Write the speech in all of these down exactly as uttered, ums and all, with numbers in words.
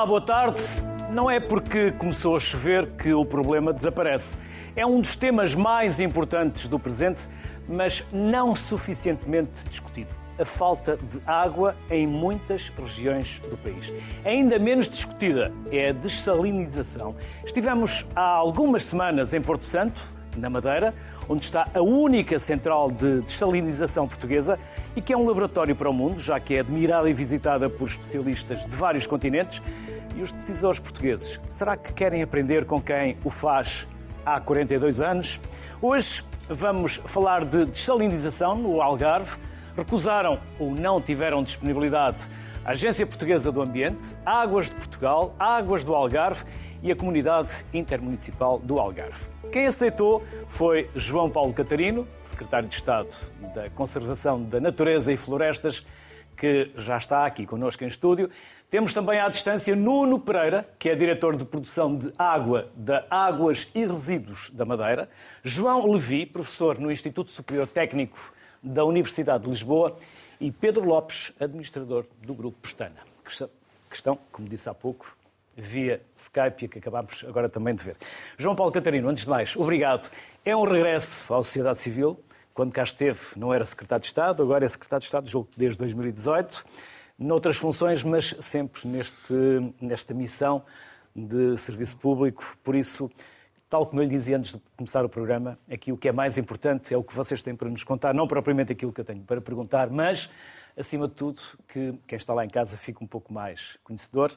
Olá, boa tarde. Não é porque começou a chover que o problema desaparece. É um dos temas mais importantes do presente, mas não suficientemente discutido. A falta de água em muitas regiões do país. Ainda menos discutida é a dessalinização. Estivemos há algumas semanas em Porto Santo, na Madeira, onde está a única central de dessalinização portuguesa e que é um laboratório para o mundo, já que é admirada e visitada por especialistas de vários continentes. E os decisores portugueses, será que querem aprender com quem o faz há quarenta e dois anos? Hoje vamos falar de dessalinização no Algarve. Recusaram ou não tiveram disponibilidade a Agência Portuguesa do Ambiente, Águas de Portugal, Águas do Algarve e a Comunidade Intermunicipal do Algarve. Quem aceitou foi João Paulo Catarino, Secretário de Estado da Conservação da Natureza e Florestas, que já está aqui connosco em estúdio. Temos também à distância Nuno Pereira, que é Diretor de Produção de Água da Águas e Resíduos da Madeira. João Levi, Professor no Instituto Superior Técnico da Universidade de Lisboa. E Pedro Lopes, Administrador do Grupo Pestana. Que estão, como disse há pouco, via Skype, que acabámos agora também de ver. João Paulo Catarino, antes de mais, obrigado. É um regresso à sociedade civil. Quando cá esteve, não era Secretário de Estado, agora é Secretário de Estado, julgo, desde dois mil e dezoito. Noutras funções, mas sempre neste, nesta missão de serviço público. Por isso, tal como eu lhe dizia antes de começar o programa, aqui o que é mais importante é o que vocês têm para nos contar, não propriamente aquilo que eu tenho para perguntar, mas, acima de tudo, que quem está lá em casa fique um pouco mais conhecedor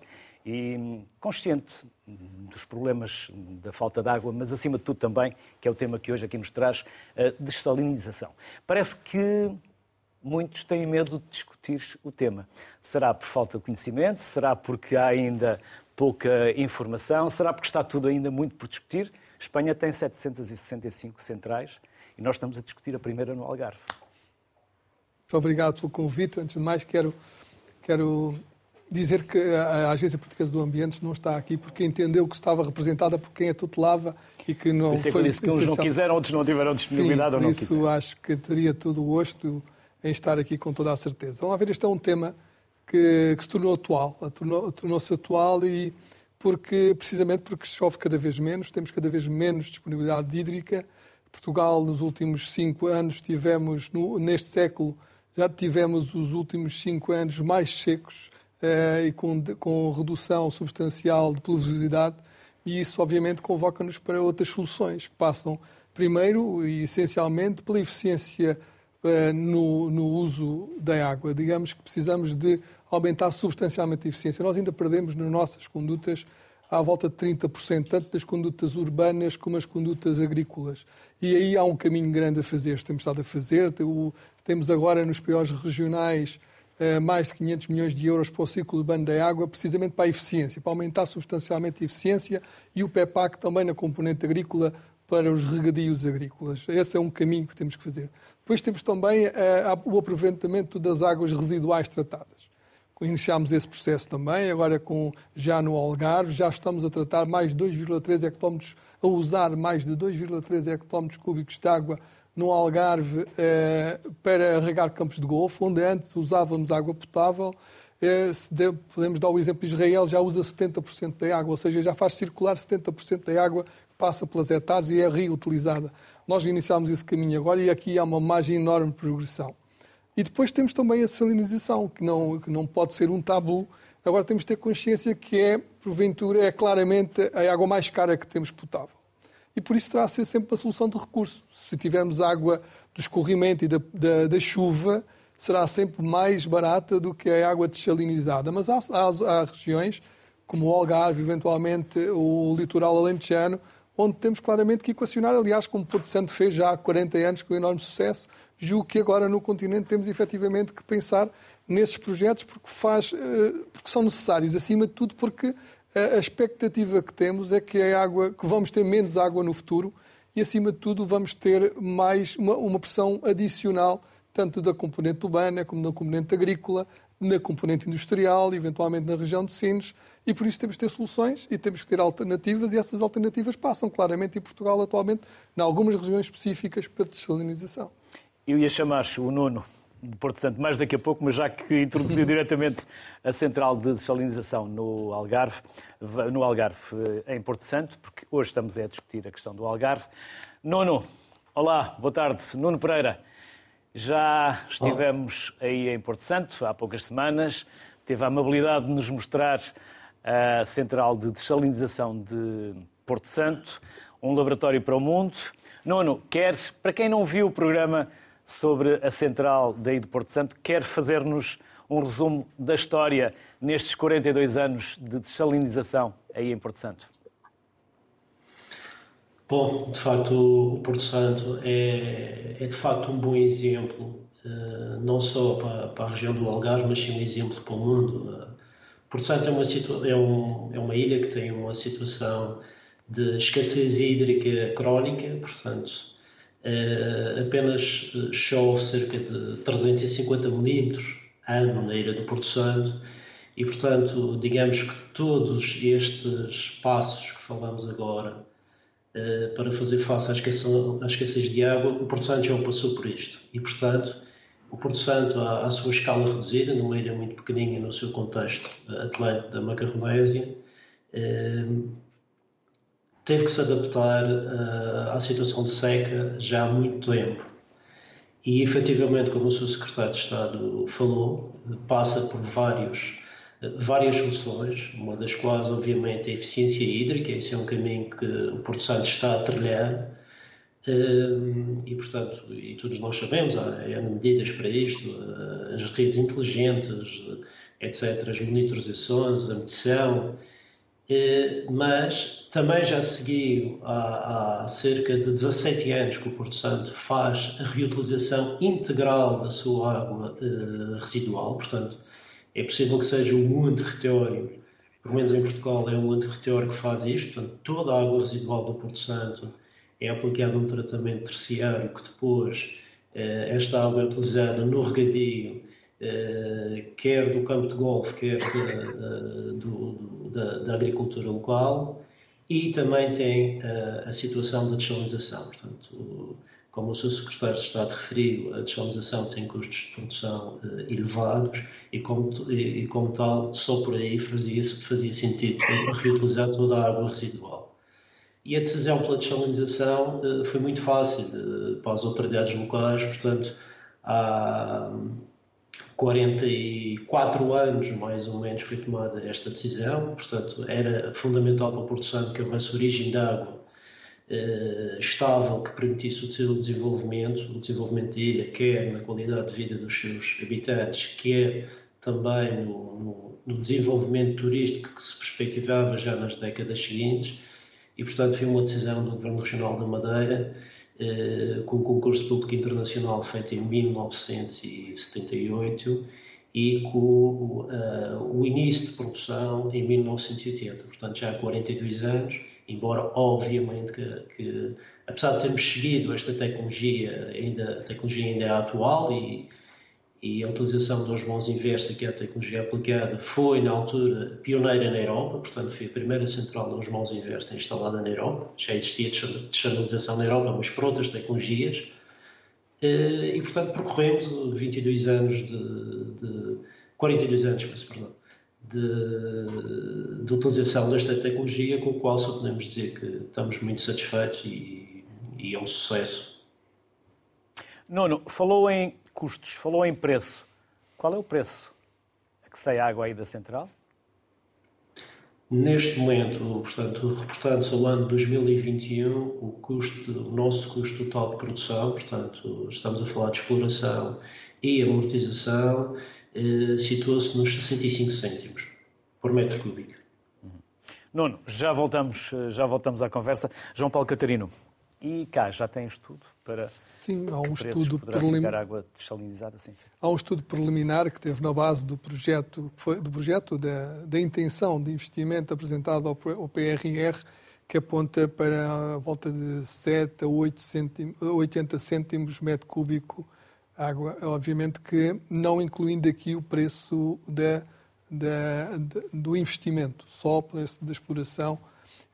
e consciente dos problemas da falta de água, mas acima de tudo também, que é o tema que hoje aqui nos traz, a dessalinização. Parece que muitos têm medo de discutir o tema. Será por falta de conhecimento? Será porque há ainda pouca informação? Será porque está tudo ainda muito por discutir? A Espanha tem setecentas e sessenta e cinco centrais e nós estamos a discutir a primeira no Algarve. Muito obrigado pelo convite. Antes de mais, quero... quero... dizer que a Agência Portuguesa do Ambiente não está aqui porque entendeu que estava representada por quem a tutelava e que não foi... foi... Por isso que uns não quiseram, outros não tiveram disponibilidade. Sim, ou não por isso acho que teria todo o gosto em estar aqui com toda a certeza. Vamos ver, este é um tema que, que se tornou atual, tornou, tornou-se atual e porque, precisamente porque chove cada vez menos, temos cada vez menos disponibilidade hídrica. Portugal, nos últimos cinco anos, tivemos, no, neste século, já tivemos os últimos cinco anos mais secos, e com, com redução substancial de pluviosidade, e isso obviamente convoca-nos para outras soluções, que passam primeiro e essencialmente pela eficiência uh, no, no uso da água. Digamos que precisamos de aumentar substancialmente a eficiência. Nós ainda perdemos nas nossas condutas à volta de trinta por cento, tanto das condutas urbanas como as condutas agrícolas. E aí há um caminho grande a fazer, temos estado a fazer, temos agora nos P Os regionais mais de quinhentos milhões de euros para o ciclo urbano da água, precisamente para a eficiência, para aumentar substancialmente a eficiência, e o P E P A C também na componente agrícola para os regadios agrícolas. Esse é um caminho que temos que fazer. Depois temos também uh, o aproveitamento das águas residuais tratadas. Iniciámos esse processo também, agora com, já no Algarve, já estamos a tratar mais de dois vírgula três hectómetros, a usar mais de dois vírgula três hectómetros cúbicos de água no Algarve eh, para regar campos de golfe, onde antes usávamos água potável. Eh, se de, podemos dar o exemplo de Israel, já usa setenta por cento da água, ou seja, já faz circular setenta por cento da água que passa pelas hectares e é reutilizada. Nós iniciámos esse caminho agora e aqui há uma margem enorme de progressão. E depois temos também a salinização, que não, que não pode ser um tabu. Agora temos de ter consciência que é, porventura, é claramente a água mais cara que temos potável. E por isso terá a ser sempre uma solução de recurso. Se tivermos água do escorrimento e da, da, da chuva, será sempre mais barata do que a água dessalinizada. Mas há, há, há regiões, como o Algarve, eventualmente o litoral alentejano, onde temos claramente que equacionar, aliás, como Porto Santo fez já há quarenta anos com enorme sucesso. Julgo que agora no continente temos efetivamente que pensar nesses projetos porque, faz, porque são necessários, acima de tudo porque a expectativa que temos é que, a água, que vamos ter menos água no futuro e, acima de tudo, vamos ter mais uma, uma pressão adicional, tanto da componente urbana como da componente agrícola, na componente industrial, eventualmente na região de Sines, e por isso temos que ter soluções e temos que ter alternativas, e essas alternativas passam claramente em Portugal atualmente, em algumas regiões específicas, para dessalinização. Eu ia chamar o Nuno de Porto Santo mais daqui a pouco, mas já que introduziu diretamente a central de desalinização no Algarve, no Algarve, em Porto Santo, porque hoje estamos a discutir a questão do Algarve. Nuno, olá, boa tarde. Nuno Pereira, já estivemos aí em Porto Santo há poucas semanas, teve a amabilidade de nos mostrar a central de desalinização de Porto Santo, um laboratório para o mundo. Nuno, quer, para quem não viu o programa sobre a central daí de Porto Santo, quer fazer-nos um resumo da história nestes quarenta e dois anos de desalinização aí em Porto Santo? Bom, de facto, o Porto Santo é, é de facto um bom exemplo, não só para, para a região do Algarve, mas sim um exemplo para o mundo. Porto Santo é uma, situa- é, um, é uma ilha que tem uma situação de escassez hídrica crónica, portanto, eh, apenas chove cerca de trezentos e cinquenta milímetros ano na ilha do Porto Santo e, portanto, digamos que todos estes passos que falamos agora eh, para fazer face à escassez, à escassez de água, o Porto Santo já passou por isto e, portanto, o Porto Santo, à, à sua escala reduzida, numa ilha muito pequenina no seu contexto atlântico da Macarronésia, eh, teve que se adaptar uh, à situação de seca já há muito tempo. E, efetivamente, como o seu secretário de Estado falou, passa por vários, várias soluções, uma das quais, obviamente, é a eficiência hídrica. Esse é um caminho que o Porto Santo está a trilhar. Uh, e, portanto, e todos nós sabemos, há, há medidas para isto, uh, as redes inteligentes, etcétera, as monitorizações, a medição. Mas também já seguiu há, há cerca de dezassete anos que o Porto Santo faz a reutilização integral da sua água eh, residual, portanto é possível que seja um único território, pelo menos em Portugal é um único território que faz isto, portanto toda a água residual do Porto Santo é aplicada um tratamento terciário que depois eh, esta água é utilizada no regadio, Uh, quer do campo de golfe, quer de, de, do, da, da agricultura local, e também tem uh, a situação da desalinização. Portanto, o, como o seu secretário de Estado referiu, a desalinização tem custos de produção uh, elevados e como, e, e como tal, só por aí fazia, fazia sentido reutilizar toda a água residual. E a decisão pela desalinização uh, foi muito fácil uh, para as autoridades locais, portanto, há quarenta e quatro anos, mais ou menos, foi tomada esta decisão. Portanto, era fundamental para o Porto Santo que houvesse origem de água eh, estável, que permitisse o seu desenvolvimento, o desenvolvimento da ilha, quer na qualidade de vida dos seus habitantes, quer também no, no, no desenvolvimento turístico que se perspectivava já nas décadas seguintes. E, portanto, foi uma decisão do Governo Regional da Madeira, Uh, com o concurso público internacional feito em mil novecentos e setenta e oito e com uh, o início de produção em mil novecentos e oitenta, portanto já há quarenta e dois anos, embora obviamente que, que apesar de termos seguido esta tecnologia, ainda, a tecnologia ainda é atual e, e a utilização da osmose inversa, que é a tecnologia aplicada, foi na altura pioneira na Europa, portanto foi a primeira central de osmose inversa instalada na Europa. Já existia desalinização na Europa, mas por outras tecnologias. E, portanto, percorremos vinte e dois anos de... de quarenta e dois anos, peço perdão, de, de utilização desta tecnologia, com o qual só podemos dizer que estamos muito satisfeitos e, e é um sucesso. Nuno, falou em custos, falou em preço. Qual é o preço a que sai a água aí da central? Neste momento, portanto, reportando-se ao ano dois mil e vinte e um, o, custo, o nosso custo total de produção, portanto, estamos a falar de exploração e amortização, eh, situa-se nos sessenta e cinco cêntimos por metro cúbico. Uhum. Nuno, já voltamos, já voltamos à conversa. João Paulo Catarino, e cá já tem estudo para sim, há um que estudo preliminar água desalinizada? Sim, sim. Há um estudo preliminar que teve na base do projeto, foi, do projeto da, da intenção de investimento apresentado ao, ao P R R, que aponta para a volta de sete a oito cêntimos, oitenta cêntimos metro cúbico água. Obviamente que não incluindo aqui o preço da, da, da, do investimento, só o preço da exploração.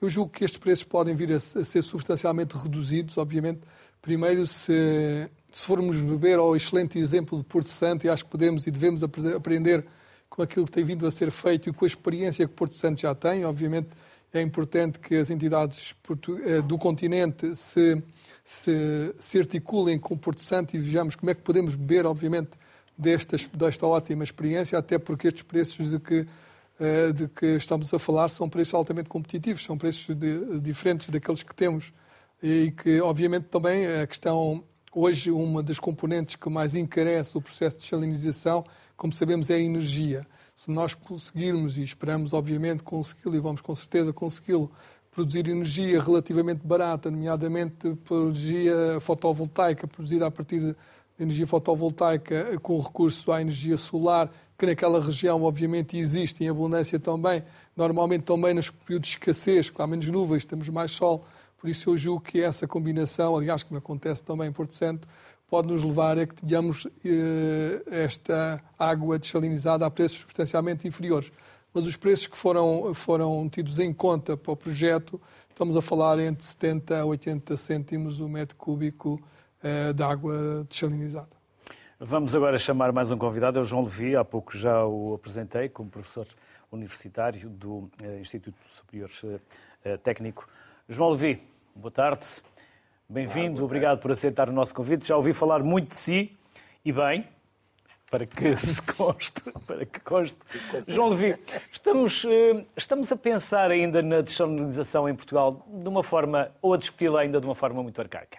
Eu julgo que estes preços podem vir a ser substancialmente reduzidos, obviamente. Primeiro, se, se formos beber ao excelente exemplo de Porto Santo, e acho que podemos e devemos aprender com aquilo que tem vindo a ser feito e com a experiência que Porto Santo já tem. Obviamente, é importante que as entidades do continente se, se, se articulem com Porto Santo e vejamos como é que podemos beber, obviamente, desta, desta ótima experiência, até porque estes preços de que de que estamos a falar são preços altamente competitivos, são preços de, diferentes daqueles que temos e que, obviamente, também a questão, hoje, uma das componentes que mais encarece o processo de desalinização, como sabemos, é a energia. Se nós conseguirmos, e esperamos, obviamente, consegui-lo, e vamos com certeza consegui-lo, produzir energia relativamente barata, nomeadamente por energia fotovoltaica, produzida a partir de energia fotovoltaica com recurso à energia solar, que naquela região, obviamente, existe em abundância também, normalmente também nos períodos de escassez, que há menos nuvens, temos mais sol, por isso eu julgo que essa combinação, aliás, como acontece também em Porto Santo, pode nos levar a que tenhamos eh, esta água desalinizada a preços substancialmente inferiores. Mas os preços que foram, foram tidos em conta para o projeto, estamos a falar entre setenta a oitenta cêntimos o metro cúbico eh, de água desalinizada. Vamos agora chamar mais um convidado, é o João Levi, há pouco já o apresentei como professor universitário do Instituto Superior Técnico. João Levi, boa tarde, bem-vindo, obrigado por aceitar o nosso convite. Já ouvi falar muito de si, e bem, para que se conste, para que conste. João Levi, estamos, estamos a pensar ainda na dessalinização em Portugal de uma forma, ou a discuti-la ainda de uma forma muito arcaica?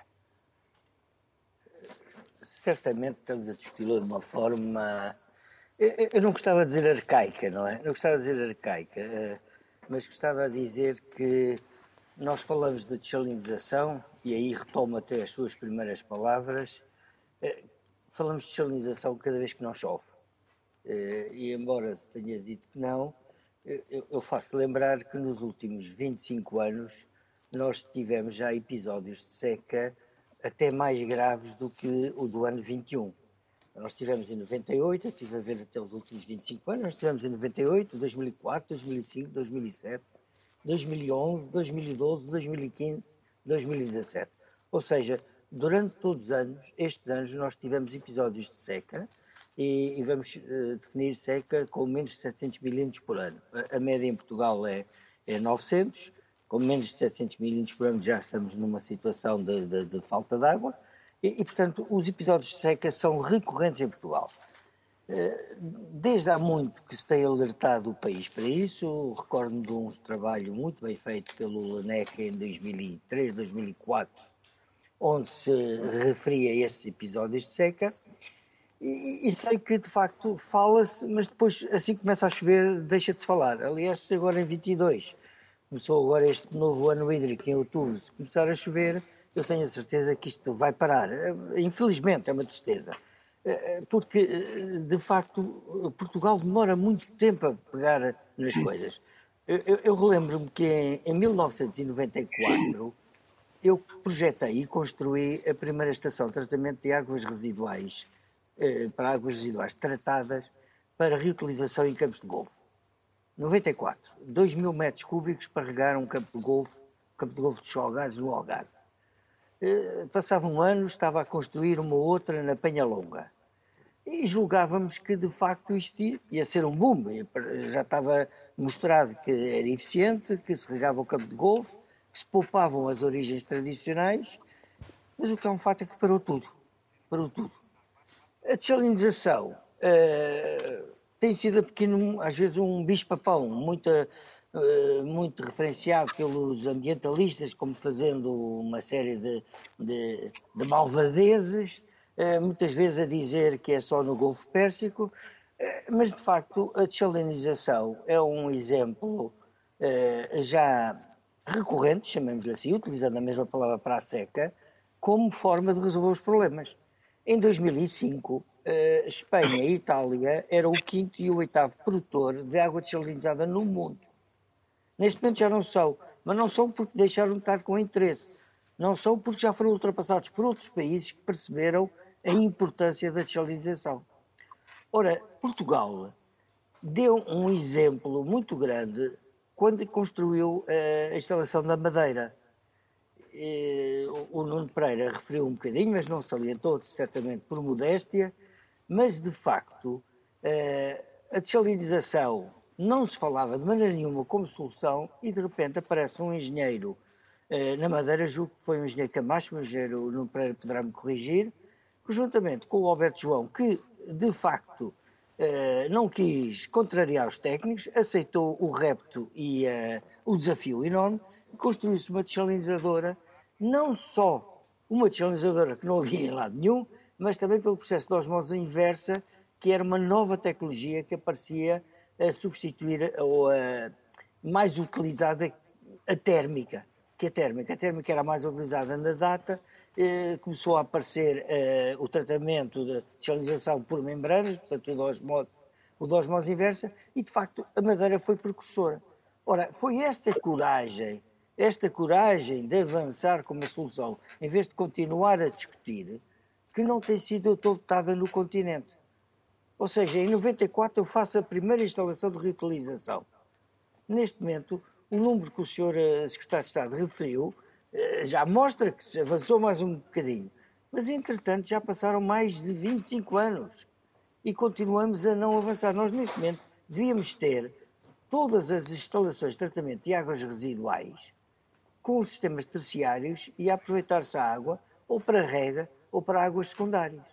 Certamente estamos a discuti-lo de uma forma... Eu, eu não gostava de dizer arcaica, não é? Não gostava de dizer arcaica, mas gostava de dizer que nós falamos de desalinização, e aí retomo até as suas primeiras palavras, falamos de desalinização cada vez que não chove. E embora se tenha dito que não, eu faço lembrar que nos últimos vinte e cinco anos nós tivemos já episódios de seca até mais graves do que o do ano vinte e um. Nós tivemos em noventa e oito, eu estive a ver até os últimos vinte e cinco anos, nós tivemos em noventa e oito, dois mil e quatro, dois mil e cinco, dois mil e sete, dois mil e onze, dois mil e doze, dois mil e quinze, dois mil e dezassete. Ou seja, durante todos os anos, estes anos, nós tivemos episódios de seca e, e vamos uh, definir seca com menos de setecentos milímetros por ano. A, a média em Portugal é, é novecentos. Com menos de setecentos milímetros por ano já estamos numa situação de, de, de falta de água e, e, portanto, os episódios de seca são recorrentes em Portugal. Desde há muito que se tem alertado o país para isso, recordo-me de um trabalho muito bem feito pelo LANEC em dois mil e três, dois mil e quatro, onde se referia a estes episódios de seca e, e sei que, de facto, fala-se, mas depois, assim que começa a chover, deixa de se falar. Aliás, agora em vinte e dois... começou agora este novo ano hídrico em outubro, se começar a chover, eu tenho a certeza que isto vai parar. Infelizmente, é uma tristeza. Porque, de facto, Portugal demora muito tempo a pegar nas coisas. Eu, eu relembro-me que em, em mil novecentos e noventa e quatro eu projetei e construí a primeira estação de tratamento de águas residuais, para águas residuais tratadas para reutilização em campos de golfe. noventa e quatro, dois mil metros cúbicos para regar um campo de golfe, campo de golfe de Salgados no Algarve. Passado um ano estava a construir uma outra na Penhalonga. E julgávamos que de facto isto ia ser um boom. Já estava mostrado que era eficiente, que se regava o campo de golfe, que se poupavam as origens tradicionais, mas o que é um fato é que parou tudo. Parou tudo. A desalinização uh, tem sido pequeno, às vezes um bicho-papão, muito, uh, muito referenciado pelos ambientalistas, como fazendo uma série de, de, de malvadezes, uh, muitas vezes a dizer que é só no Golfo Pérsico, uh, mas de facto a desalinização é um exemplo uh, já recorrente, chamemos-lhe assim, utilizando a mesma palavra para a seca, como forma de resolver os problemas. Em dois mil e cinco, Uh, Espanha e Itália eram o quinto e o oitavo produtor de água desalinizada no mundo. Neste momento já não são, mas não são porque deixaram de estar com interesse. Não são porque já foram ultrapassados por outros países que perceberam a importância da desalinização. Ora, Portugal deu um exemplo muito grande quando construiu a instalação da Madeira. O Nuno Pereira referiu um bocadinho, mas não salientou, certamente por modéstia, mas de facto a desalinização não se falava de maneira nenhuma como solução e de repente aparece um engenheiro na Madeira, julgo que foi um engenheiro Camacho, o engenheiro Nuno Pereira poderá-me corrigir, juntamente com o Alberto João, que de facto não quis contrariar os técnicos, aceitou o repto e uh, o desafio enorme, construiu-se uma desalinizadora, não só uma desalinizadora que não havia em lado nenhum, mas também pelo processo de osmose inversa, que era uma nova tecnologia que aparecia a substituir ou a mais utilizada a térmica, que a térmica. A térmica era mais utilizada na data, eh, começou a aparecer eh, o tratamento de desalinização por membranas, portanto o de osmose, o de osmose inversa, e de facto a Madeira foi precursora. Ora, foi esta coragem, esta coragem de avançar como solução, em vez de continuar a discutir, que não tem sido adotada no continente. Ou seja, em noventa e quatro eu faço a primeira instalação de reutilização. Neste momento, o número que o senhor Secretário de Estado referiu já mostra que se avançou mais um bocadinho. Mas, entretanto, já passaram mais de vinte e cinco anos e continuamos a não avançar. Nós, neste momento, devíamos ter todas as instalações de tratamento de águas residuais com sistemas terciários e aproveitar-se a água ou para rega ou para águas secundárias.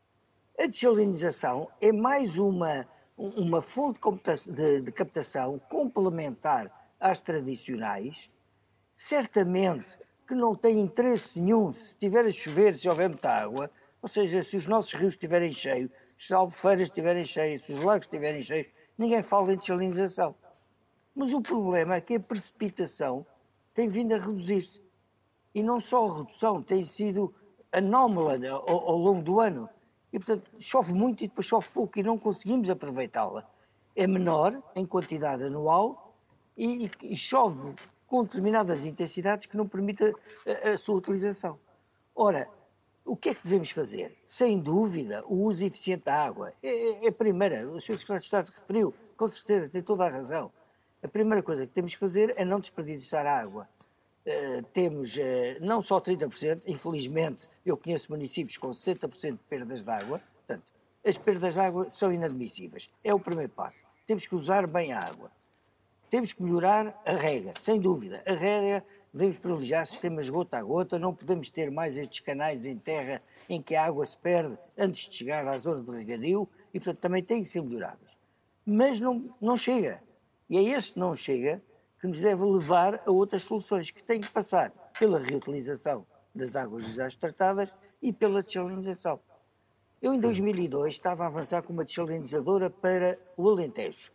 A desalinização é mais uma, uma fonte de, de captação complementar às tradicionais, certamente que não tem interesse nenhum se estiver a chover, se houver muita água, ou seja, se os nossos rios estiverem cheios, se as albufeiras estiverem cheias, se os lagos estiverem cheios, ninguém fala em desalinização. Mas o problema é que a precipitação tem vindo a reduzir-se. E não só a redução, tem sido anómala ao, ao longo do ano. E, portanto, chove muito e depois chove pouco e não conseguimos aproveitá-la. É menor em quantidade anual e, e, e chove com determinadas intensidades que não permitem a, a sua utilização. Ora, o que é que devemos fazer? Sem dúvida, o uso eficiente da água. É, é a primeira, o senhor Secretário de Estado referiu, com certeza, tem toda a razão. A primeira coisa que temos que fazer é não desperdiçar a água. Uh, temos uh, não só trinta por cento, infelizmente eu conheço municípios com sessenta por cento de perdas de água, portanto, as perdas de água são inadmissíveis. É o primeiro passo. Temos que usar bem a água. Temos que melhorar a rega, sem dúvida. A rega, devemos privilegiar sistemas gota a gota, não podemos ter mais estes canais em terra em que a água se perde antes de chegar à zona de regadio e, portanto, também têm que ser melhoradas. Mas não, não chega. E é este não chega que nos deve levar a outras soluções, que têm que passar pela reutilização das águas residuais tratadas e pela desalinização. Eu, em dois mil e dois, estava a avançar com uma desalinizadora para o Alentejo.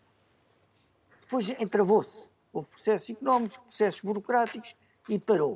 Depois entravou-se. Houve processos económicos, processos burocráticos e parou.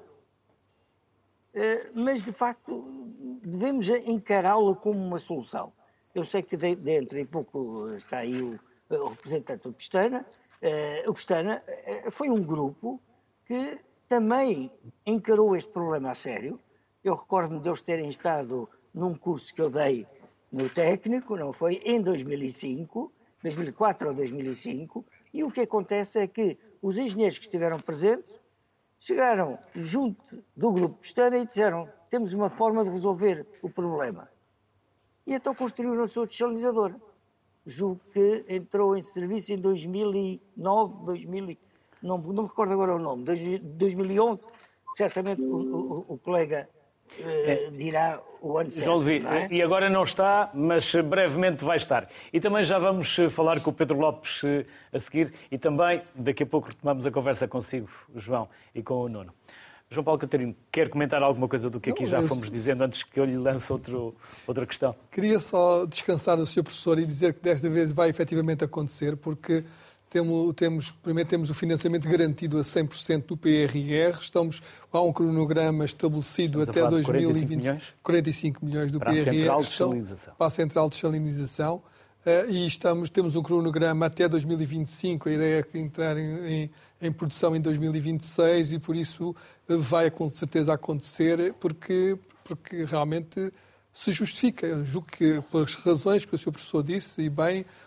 Mas, de facto, devemos encará-la como uma solução. Eu sei que dentro de pouco está aí o, o representante do Pestana. Uh, o Pestana uh, foi um grupo que também encarou este problema a sério. Eu recordo-me de eles terem estado num curso que eu dei no técnico, não foi? Em dois mil e cinco, dois mil e quatro ou dois mil e cinco, e o que acontece é que os engenheiros que estiveram presentes chegaram junto do grupo Pestana e disseram: temos uma forma de resolver o problema. E então construíram a sua desalinizadora. Julgo que entrou em serviço em dois mil e nove, dois mil, não, não me recordo agora o nome, dois mil e onze, certamente o, o, o colega eh, dirá o ano certo. João Levi, é? E agora não está, mas brevemente vai estar. E também já vamos falar com o Pedro Lopes a seguir e também daqui a pouco retomamos a conversa consigo, João, e com o Nuno. João Paulo Catarino, quer comentar alguma coisa do que aqui não, já fomos dizendo antes que eu lhe lance outro, outra questão? Queria só descansar no senhor professor e dizer que desta vez vai efetivamente acontecer, porque temos, temos, primeiro temos o financiamento garantido a cem por cento do P R R, estamos, há um cronograma estabelecido Estamos até dois mil e vinte, milhões? quarenta e cinco milhões do para P R R. A central de desalinização. Para a central de desalinização. Uh, e estamos, temos um cronograma até dois mil e vinte e cinco, a ideia é que entrar em, em, em produção em dois mil e vinte e seis e por isso uh, vai com certeza acontecer porque, porque realmente se justifica. Eu julgo que, pelas razões que o senhor professor disse, e bem,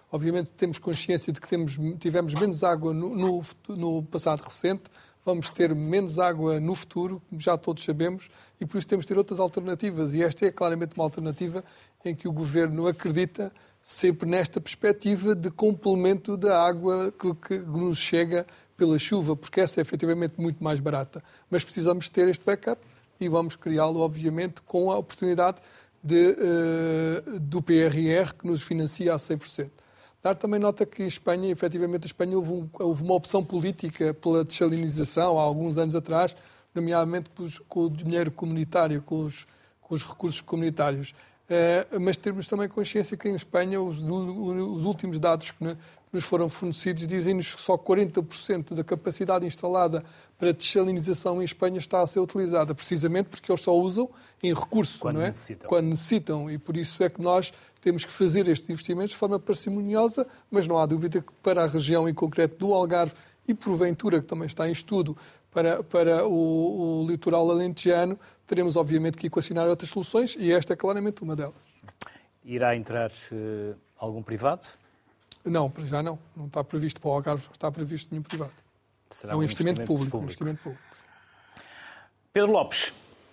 Obviamente temos consciência de que temos, tivemos menos água no, no, no passado recente, vamos ter menos água no futuro, já todos sabemos, e por isso temos de ter outras alternativas. E esta é claramente uma alternativa em que o Governo acredita sempre nesta perspectiva de complemento da água que, que nos chega pela chuva, porque essa é efetivamente muito mais barata. Mas precisamos ter este backup e vamos criá-lo, obviamente, com a oportunidade de, uh, do P R R, que nos financia a cem por cento. Dar também nota que em Espanha, efetivamente, a Espanha houve, um, houve uma opção política pela desalinização há alguns anos atrás, nomeadamente com, os, com o dinheiro comunitário, com os, com os recursos comunitários. Uh, mas temos também consciência que em Espanha os, os últimos dados que, ne, que nos foram fornecidos dizem-nos que só quarenta por cento da capacidade instalada para desalinização em Espanha está a ser utilizada, precisamente porque eles só usam em recurso, quando não é? necessitam. Quando necessitam. E por isso é que nós temos que fazer estes investimentos de forma parcimoniosa, mas não há dúvida que para a região em concreto do Algarve e porventura, que também está em estudo, para, para o, o litoral alentejano, teremos obviamente que equacionar outras soluções e esta é claramente uma delas. Irá entrar uh, algum privado? Não, para já não. Não está previsto para o Algarve, não está previsto nenhum privado. Será é um, um investimento, investimento público. público. Um investimento público. Pedro Lopes.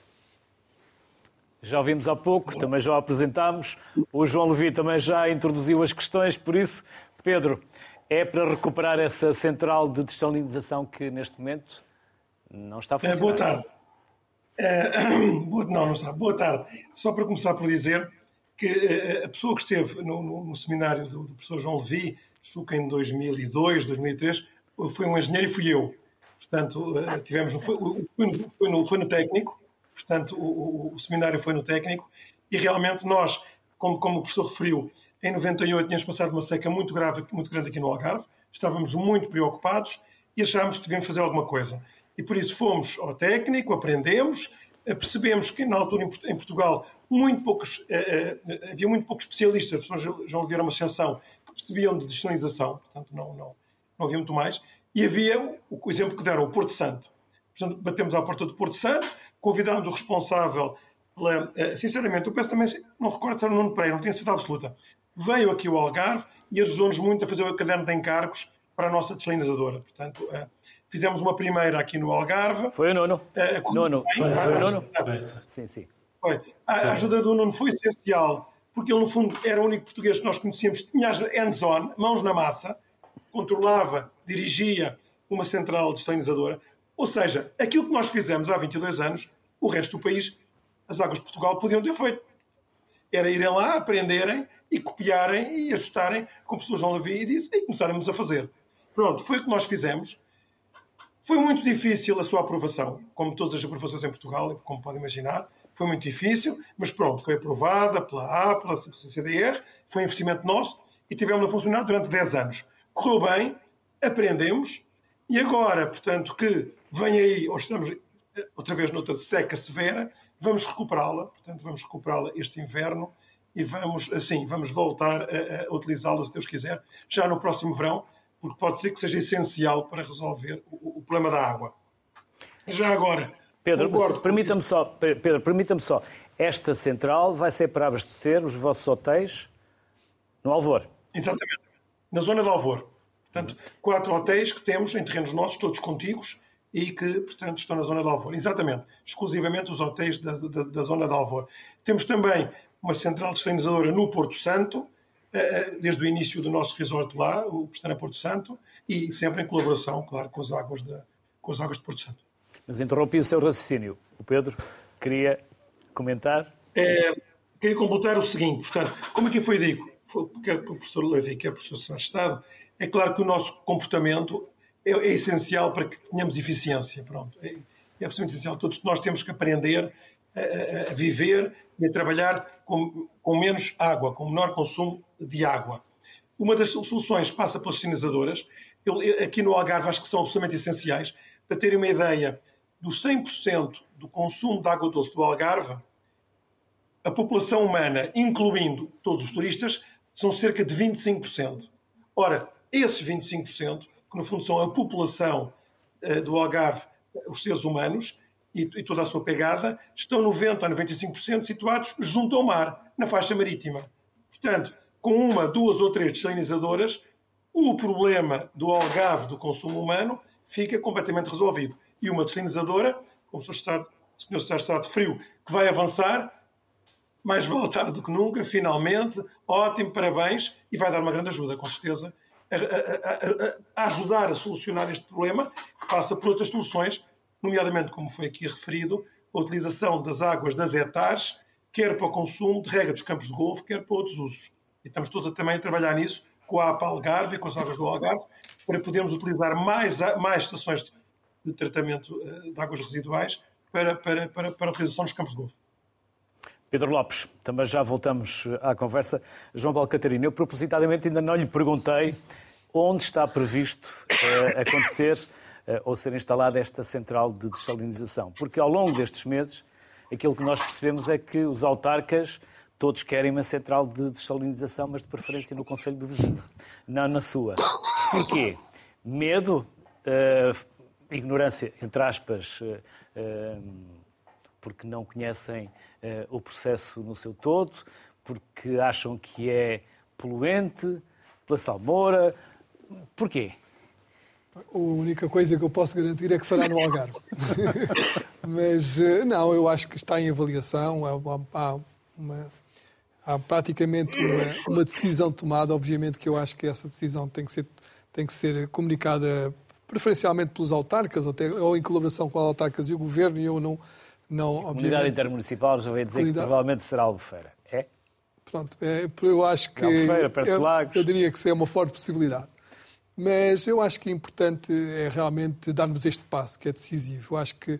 Já ouvimos há pouco, também já o apresentámos. O João Levi também já introduziu as questões, por isso, Pedro, é para recuperar essa central de desalinização que neste momento não está a funcionar. Boa tarde. Uh, boa, não, não está. Boa tarde. Só para começar por dizer que uh, a pessoa que esteve no, no, no seminário do, do professor João Levi, Chuca em dois mil e dois, dois mil e três, foi um engenheiro e fui eu. Portanto, uh, tivemos, foi, foi, no, foi, no, foi no técnico. Portanto, o, o, o seminário foi no técnico e realmente nós, como, como o professor referiu, em noventa e oito tínhamos passado uma seca muito grave, muito grande aqui no Algarve, estávamos muito preocupados e achámos que devíamos fazer alguma coisa. E por isso fomos ao técnico, aprendemos, percebemos que na altura em Portugal muito poucos, eh, havia muito poucos especialistas, as pessoas já ouviram uma extensão, que percebiam de desalinização, portanto não, não, não havia muito mais, e havia o, o exemplo que deram, o Porto Santo. Portanto, batemos à porta do Porto Santo, convidámos o responsável, pela, sinceramente, eu peço também, não recordo se era o Nuno Pereira, não tenho certeza absoluta, veio aqui ao Algarve e ajudou-nos muito a fazer o caderno de encargos para a nossa desalinizadora. Portanto, fizemos uma primeira aqui no Algarve. Foi o Nuno. Uh, Nuno. Foi, foi o Nuno? Sim, sim. Foi. A ajuda do Nuno foi essencial, porque ele, no fundo, era o único português que nós conhecíamos, tinha as hands-on, mãos na massa, controlava, dirigia uma central desalinizadora. Ou seja, aquilo que nós fizemos há vinte e dois anos, o resto do país, as águas de Portugal, podiam ter feito. Era irem lá, aprenderem e copiarem e ajustarem, como o professor João Levi disse, e começarmos a fazer. Pronto, foi o que nós fizemos. Foi muito difícil a sua aprovação, como todas as aprovações em Portugal, como podem imaginar. Foi muito difícil, mas pronto, foi aprovada pela A, pela C D R, foi um investimento nosso e tivemos a funcionar durante dez anos. Correu bem, aprendemos e agora, portanto, que vem aí, ou estamos outra vez noutra seca severa, vamos recuperá-la, portanto, vamos recuperá-la este inverno e vamos, assim, vamos voltar a, a utilizá-la, se Deus quiser, já no próximo verão, porque pode ser que seja essencial para resolver o, o problema da água. Já agora... Pedro, permita-me só, Pedro, permita-me só, esta central vai ser para abastecer os vossos hotéis no Alvor? Exatamente, na zona de Alvor. Portanto, quatro hotéis que temos em terrenos nossos, todos contíguos, e que, portanto, estão na zona de Alvor. Exatamente, exclusivamente os hotéis da, da, da zona de Alvor. Temos também uma central desalinizadora no Porto Santo, desde o início do nosso resort lá, o Pestana Porto Santo, e sempre em colaboração, claro, com as águas de, com as águas de Porto Santo. Mas interrompi o seu raciocínio. O Pedro queria comentar? É, queria completar o seguinte, portanto, como aqui foi dito, foi, porque o professor Levi, que é professor de Estado de Estado, é claro que o nosso comportamento é, é essencial para que tenhamos eficiência. Pronto. É, é absolutamente essencial. Todos nós temos que aprender a, a viver e a trabalhar com, com menos água, com menor consumo de água. Uma das soluções passa pelas desalinizadoras. Eu, aqui no Algarve acho que são absolutamente essenciais. Para terem uma ideia, dos cem por cento do consumo de água doce do Algarve, a população humana, incluindo todos os turistas, são cerca de vinte e cinco por cento. Ora, esses vinte e cinco por cento, que no fundo são a população uh, do Algarve, os seres humanos, e, e toda a sua pegada, estão noventa a noventa e cinco por cento situados junto ao mar, na faixa marítima. Portanto, com uma, duas ou três desalinizadoras, o problema do algarve do consumo humano fica completamente resolvido. E uma desalinizadora, como o senhor Secretário de Estado referiu, que vai avançar, mais vale tarde do que nunca, finalmente, ótimo, parabéns, e vai dar uma grande ajuda, com certeza, a, a, a, a ajudar a solucionar este problema, que passa por outras soluções, nomeadamente, como foi aqui referido, a utilização das águas das hectares, quer para o consumo de rega dos campos de golfe, quer para outros usos. E estamos todos a, também a trabalhar nisso, com a A P A Algarve e com as águas do Algarve, para podermos utilizar mais, mais estações de tratamento de águas residuais para, para, para, para a utilização dos campos de golfe. Pedro Lopes, também já voltamos à conversa. João Paulo Catarino, eu propositadamente ainda não lhe perguntei onde está previsto uh, acontecer uh, ou ser instalada esta central de dessalinização. Porque ao longo destes meses, aquilo que nós percebemos é que os autarcas todos querem uma central de dessalinização, mas de preferência no concelho do vizinho, não na sua. Porquê? Medo? Uh, ignorância, entre aspas, uh, uh, porque não conhecem uh, o processo no seu todo, porque acham que é poluente, pela salmoura. Porquê? A única coisa que eu posso garantir é que será no Algarve. Mas, não, eu acho que está em avaliação. Há, uma, há praticamente uma, uma decisão tomada. Obviamente que eu acho que essa decisão tem que ser, tem que ser comunicada preferencialmente pelos autarcas, ou, até, ou em colaboração com os autarcas e o Governo, e eu não... não a comunidade intermunicipal, já veio dizer comunidade... que provavelmente será Albufeira. É? Pronto, é, eu acho que... Albufeira, perto eu, de Lagos. Eu diria que é uma forte possibilidade. Mas eu acho que é importante é realmente darmos este passo, que é decisivo. Eu acho que uh,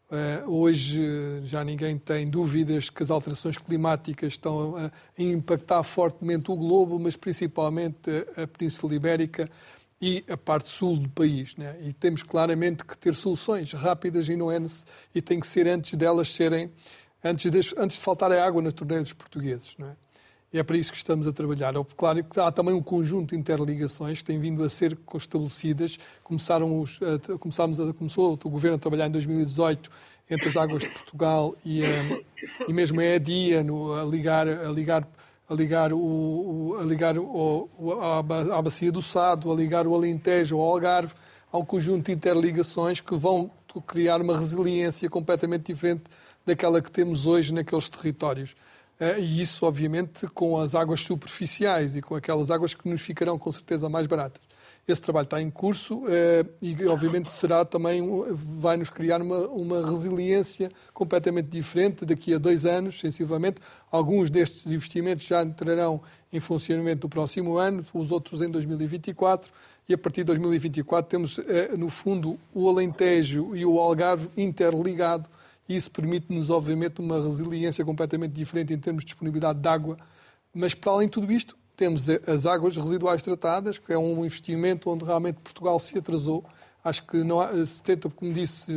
hoje já ninguém tem dúvidas que as alterações climáticas estão a, a impactar fortemente o globo, mas principalmente a, a Península Ibérica e a parte sul do país, né? E temos claramente que ter soluções rápidas e não é e tem que ser antes delas serem antes de, antes de faltar a água nas torneiras dos portugueses, não é? E é para isso que estamos a trabalhar. Claro que há também um conjunto de interligações que têm vindo a ser estabelecidas. Começaram os, a, começámos a, começou o Governo a trabalhar em dois mil e dezoito entre as águas de Portugal e, a, e mesmo a EDIA no, a ligar a ligar a ligar, o, a, ligar o, a bacia do Sado, a ligar o Alentejo ao Algarve. Há um conjunto de interligações que vão criar uma resiliência completamente diferente daquela que temos hoje naqueles territórios. E isso, obviamente, com as águas superficiais e com aquelas águas que nos ficarão, com certeza, mais baratas. Esse trabalho está em curso e, obviamente, será também, vai-nos criar uma, uma resiliência completamente diferente daqui a dois anos, sensivelmente. Alguns destes investimentos já entrarão em funcionamento no próximo ano, os outros em dois mil e vinte e quatro. E a partir de dois mil e vinte e quatro temos, no fundo, o Alentejo e o Algarve interligado. E isso permite-nos, obviamente, uma resiliência completamente diferente em termos de disponibilidade de água. Mas, para além de tudo isto, temos as águas residuais tratadas, que é um investimento onde realmente Portugal se atrasou. Acho que não há, setenta por cento, como disse,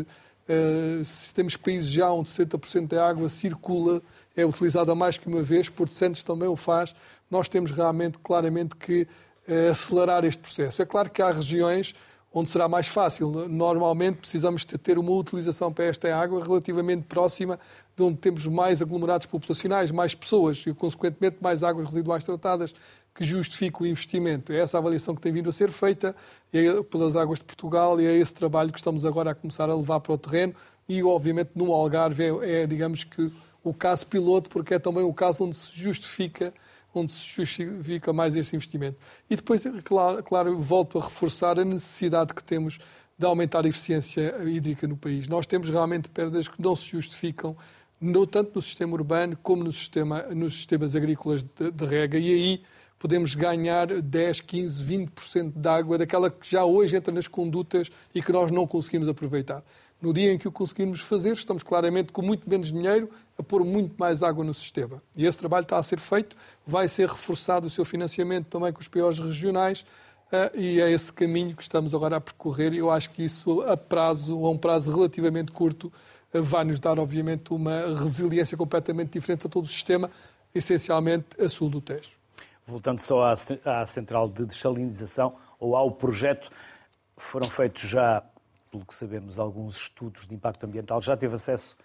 se temos países já onde setenta por cento da água circula, é utilizada mais que uma vez, Porto Santos também o faz. Nós temos realmente, claramente, que acelerar este processo. É claro que há regiões onde será mais fácil. Normalmente precisamos de ter uma utilização para esta água relativamente próxima de onde temos mais aglomerados populacionais, mais pessoas e, consequentemente, mais águas residuais tratadas que justificam o investimento. É essa a avaliação que tem vindo a ser feita pelas Águas de Portugal e é esse trabalho que estamos agora a começar a levar para o terreno e, obviamente, no Algarve é, é digamos que, o caso piloto, porque é também o caso onde se justifica onde se justifica mais este investimento. E depois, claro, claro, volto a reforçar a necessidade que temos de aumentar a eficiência hídrica no país. Nós temos realmente perdas que não se justificam, não tanto no sistema urbano como no sistema, nos sistemas agrícolas de, de rega, e aí podemos ganhar dez, quinze, vinte por cento de água daquela que já hoje entra nas condutas e que nós não conseguimos aproveitar. No dia em que o conseguirmos fazer, estamos claramente com muito menos dinheiro a pôr muito mais água no sistema. E esse trabalho está a ser feito, vai ser reforçado o seu financiamento também com os P Os regionais e é esse caminho que estamos agora a percorrer e eu acho que isso a prazo, a um prazo relativamente curto, vai nos dar, obviamente, uma resiliência completamente diferente a todo o sistema, essencialmente a sul do Tejo. Voltando só à, à central de dessalinização ou ao projeto, foram feitos já, pelo que sabemos, alguns estudos de impacto ambiental. Já teve acesso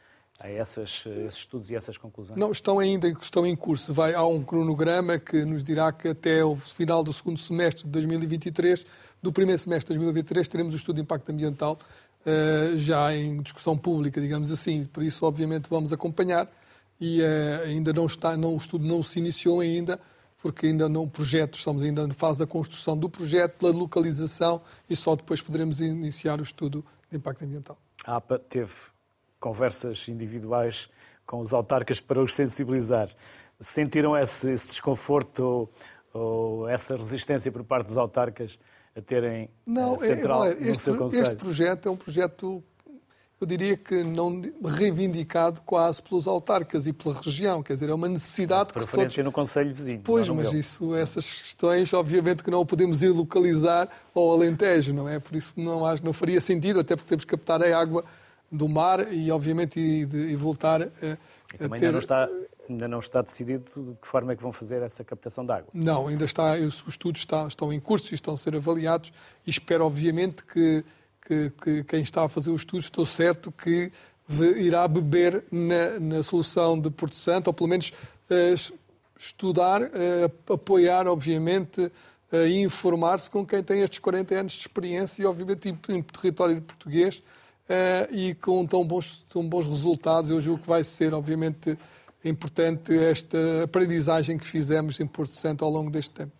a essas, esses estudos e essas conclusões? Não, estão ainda estão em curso. Vai, há um cronograma que nos dirá que até o final do segundo semestre de dois mil e vinte e três, do primeiro semestre de dois mil e vinte e três, teremos o estudo de impacto ambiental uh, já em discussão pública, digamos assim. Por isso, obviamente, vamos acompanhar e uh, ainda não está, não, o estudo não se iniciou ainda, porque ainda não projeto, estamos ainda na fase da construção do projeto, da localização e só depois poderemos iniciar o estudo de impacto ambiental. A APA teve conversas individuais com os autarcas para os sensibilizar. Sentiram esse, esse desconforto ou, ou essa resistência por parte dos autarcas a terem não, a central é, no este, seu concelho? Este projeto é um projeto, eu diria que não reivindicado quase pelos autarcas e pela região, quer dizer, é uma necessidade que preferência todos... no concelho vizinho. Pois, mas isso, essas questões, obviamente que não podemos ir localizar ao Alentejo, não é? Por isso não, acho, não faria sentido, até porque temos que captar a água do mar e, obviamente, e, de, e voltar a, e também a ter... Ainda não, está, ainda não está decidido de que forma é que vão fazer essa captação de água. Não, ainda está, os estudos está, estão em curso e estão a ser avaliados e espero, obviamente, que Que, que quem está a fazer o estudo, estou certo que irá beber na, na solução de Porto Santo, ou pelo menos uh, estudar, uh, apoiar, obviamente, uh, e informar-se com quem tem estes quarenta anos de experiência e, obviamente, em, em território português uh, e com tão bons, tão bons resultados. Eu julgo que vai ser, obviamente, importante esta aprendizagem que fizemos em Porto Santo ao longo deste tempo.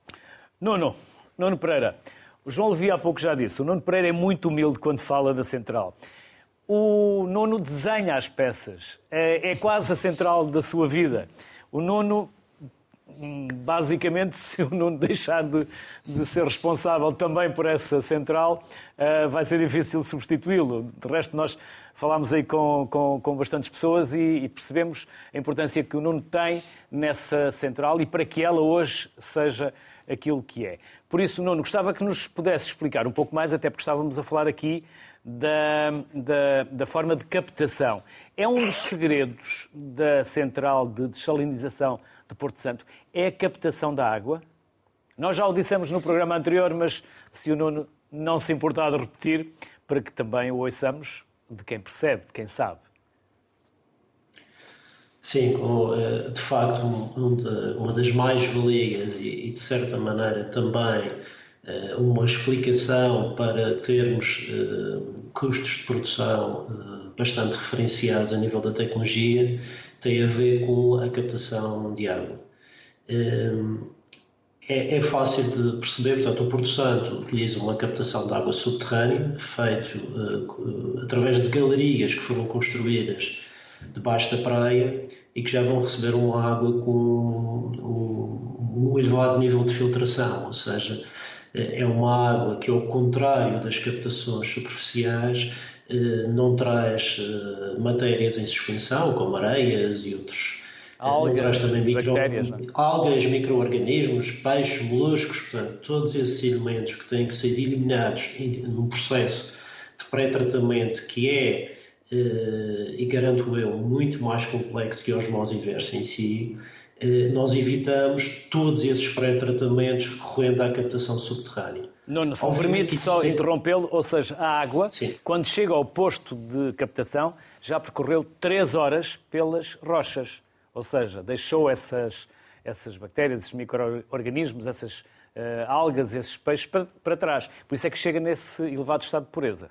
Nuno, Nuno Pereira. O João Levi há pouco já disse, o Nuno Pereira é muito humilde quando fala da central. O Nuno desenha as peças, é, é quase a central da sua vida. O Nuno, basicamente, se o Nuno deixar de, de ser responsável também por essa central, uh, vai ser difícil substituí-lo. De resto, nós falámos aí com, com, com bastantes pessoas e, e percebemos a importância que o Nuno tem nessa central e para que ela hoje seja aquilo que é. Por isso, Nuno, gostava que nos pudesse explicar um pouco mais, até porque estávamos a falar aqui da, da, da forma de captação. É um dos segredos da central de dessalinização de Porto Santo, é a captação da água. Nós já o dissemos no programa anterior, mas se o Nuno não se importar de repetir, para que também o ouçamos de quem percebe, de quem sabe. Sim, de facto, uma das mais-valias e, de certa maneira, também uma explicação para termos custos de produção bastante referenciados a nível da tecnologia tem a ver com a captação de água. É, é fácil de perceber, portanto, o Porto Santo utiliza uma captação de água subterrânea, feito através de galerias que foram construídas debaixo da praia e que já vão receber uma água com um, um elevado nível de filtração, ou seja, é uma água que, ao contrário das captações superficiais, não traz matérias em suspensão, como areias e outros. Algas, não traz também micro, bactérias, não é? algas, micro-organismos, peixes, moluscos, portanto, todos esses elementos que têm que ser eliminados num processo de pré-tratamento que é, e garanto eu, muito mais complexo que a osmose inversa em si, nós evitamos todos esses pré-tratamentos recorrendo à captação subterrânea. Nuno, se me permite só é... interrompê-lo, ou seja, a água, Sim. quando chega ao posto de captação, já percorreu três horas pelas rochas, ou seja, deixou essas, essas bactérias, esses micro-organismos, essas uh, algas, esses peixes para, para trás. Por isso é que chega nesse elevado estado de pureza.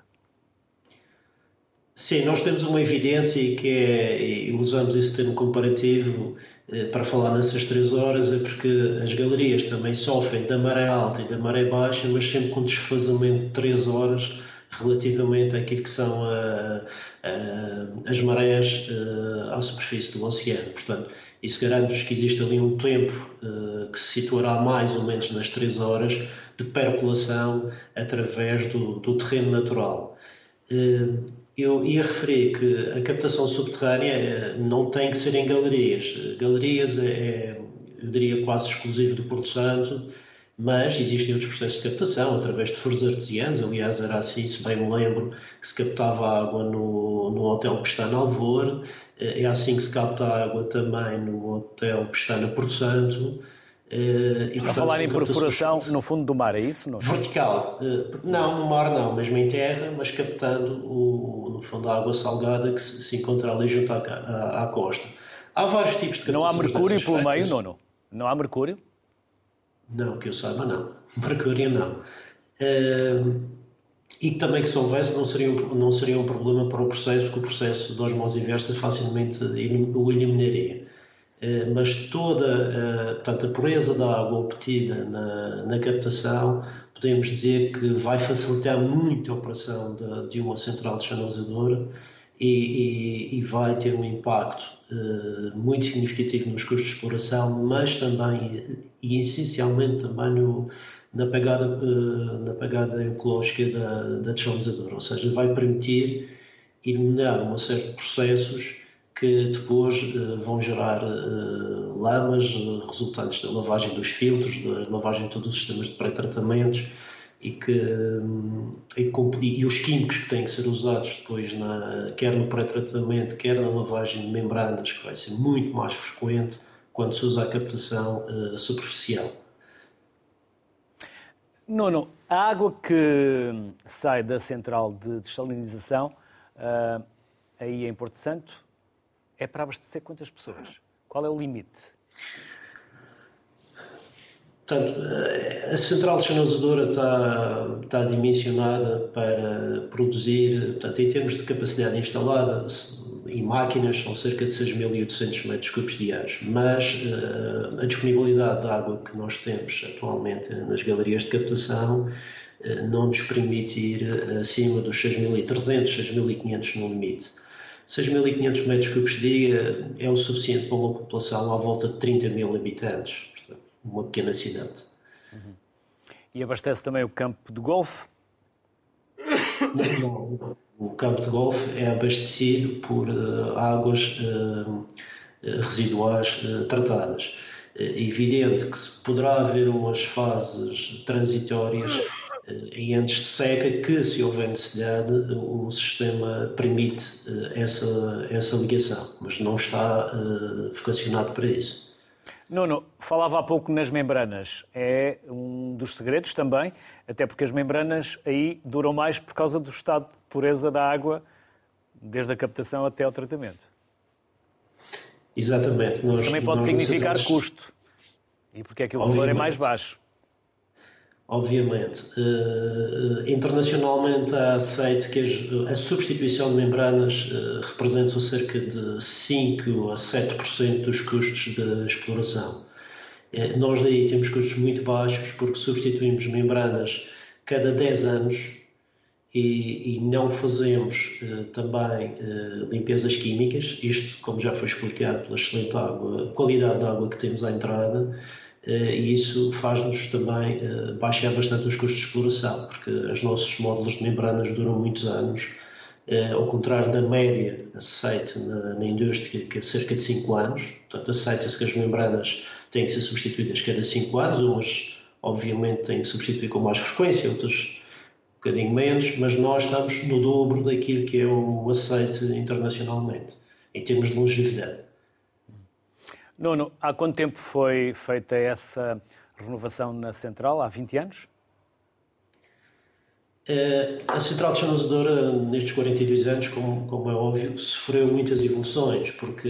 Sim, nós temos uma evidência que é, e usamos esse termo comparativo para falar nessas três horas, é porque as galerias também sofrem da maré alta e da maré baixa, mas sempre com desfazamento de três horas relativamente àquilo que são a, a, as marés à superfície do oceano. Portanto, isso garante-nos que existe ali um tempo que se situará mais ou menos nas três horas de percolação através do, do terreno natural. Eu ia referir que a captação subterrânea não tem que ser em galerias. Galerias é, eu diria, quase exclusivo do Porto Santo, mas existem outros processos de captação, através de furos artesianos. Aliás, era assim, se bem me lembro, que se captava água no, no hotel que está na Alvor. É assim que se capta água também no hotel que está no Porto Santo. E, Está a falar em perfuração no fundo do mar, é isso? Não? Vertical. Não, no mar não, mesmo em terra, mas captando, o, no fundo, a água salgada que se, se encontra ali junto à, à, à costa. Há vários tipos de captações. Não há mercúrio pelo meio, não, não? Não há mercúrio? Não, que eu saiba, não. Mercúrio, não. E também que se houvesse, não seria, um, não seria um problema para o processo, porque o processo de osmose inversa facilmente o eliminaria. Mas toda portanto, a pureza da água obtida na, na captação, podemos dizer que vai facilitar muito a operação de, de uma central desalinizadora e, e, e vai ter um impacto uh, muito significativo nos custos de exploração, mas também e essencialmente também no, na, pegada, uh, na pegada ecológica da, da desalinizadora, ou seja, vai permitir eliminar uma série de processos que depois uh, vão gerar uh, lamas uh, resultantes da lavagem dos filtros, da lavagem de todos os sistemas de pré-tratamentos e, que, um, e, e os químicos que têm que ser usados depois, na, quer no pré-tratamento, quer na lavagem de membranas, que vai ser muito mais frequente quando se usa a captação uh, superficial. Nuno, a água que sai da central de dessalinização, uh, aí em Porto Santo, é para abastecer quantas pessoas? Qual é o limite? Portanto, a central desalinizadora está, está dimensionada para produzir, portanto, em termos de capacidade instalada, em máquinas são cerca de seis mil e oitocentos metros cúbicos diários, mas uh, a disponibilidade de água que nós temos atualmente nas galerias de captação uh, não nos permite ir acima dos seis mil e trezentos, seis mil e quinhentos no limite. seis mil e quinhentos metros cúbicos dia é o suficiente para uma população à volta de trinta mil habitantes, portanto, uma pequena cidade. Uhum. E abastece também o campo de golfe? Não, o campo de golfe é abastecido por uh, águas uh, residuais uh, tratadas. É evidente que poderá haver umas fases transitórias em anos de seca que, se houver necessidade, o sistema permite essa, essa ligação, mas não está uh, vocacionado para isso. Nuno, falava há pouco nas membranas. É um dos segredos também, até porque as membranas aí duram mais por causa do estado de pureza da água, desde a captação até ao tratamento. Exatamente. Nós, Isso também pode significar necessitamos... custo. E porque é que o valor é mais baixo. Obviamente. Uh, internacionalmente há aceito que as, a substituição de membranas uh, representa cerca de cinco a sete por cento dos custos de exploração. Uh, nós daí temos custos muito baixos porque substituímos membranas cada dez anos e, e não fazemos uh, também uh, limpezas químicas, isto como já foi explicado pela excelente água, qualidade da água que temos à entrada. E isso faz-nos também baixar bastante os custos de exploração, porque os nossos módulos de membranas duram muitos anos, ao contrário da média aceite na, na indústria, que é cerca de cinco anos. Portanto, aceita-se que as membranas têm que ser substituídas cada cinco anos, umas obviamente têm que substituir com mais frequência, outras um bocadinho menos, mas nós estamos no dobro daquilo que é o aceite internacionalmente, em termos de longevidade. Nuno, há quanto tempo foi feita essa renovação na central? Há vinte anos? A central desalinizadora, nestes quarenta e dois anos, como, como é óbvio, sofreu muitas evoluções, porque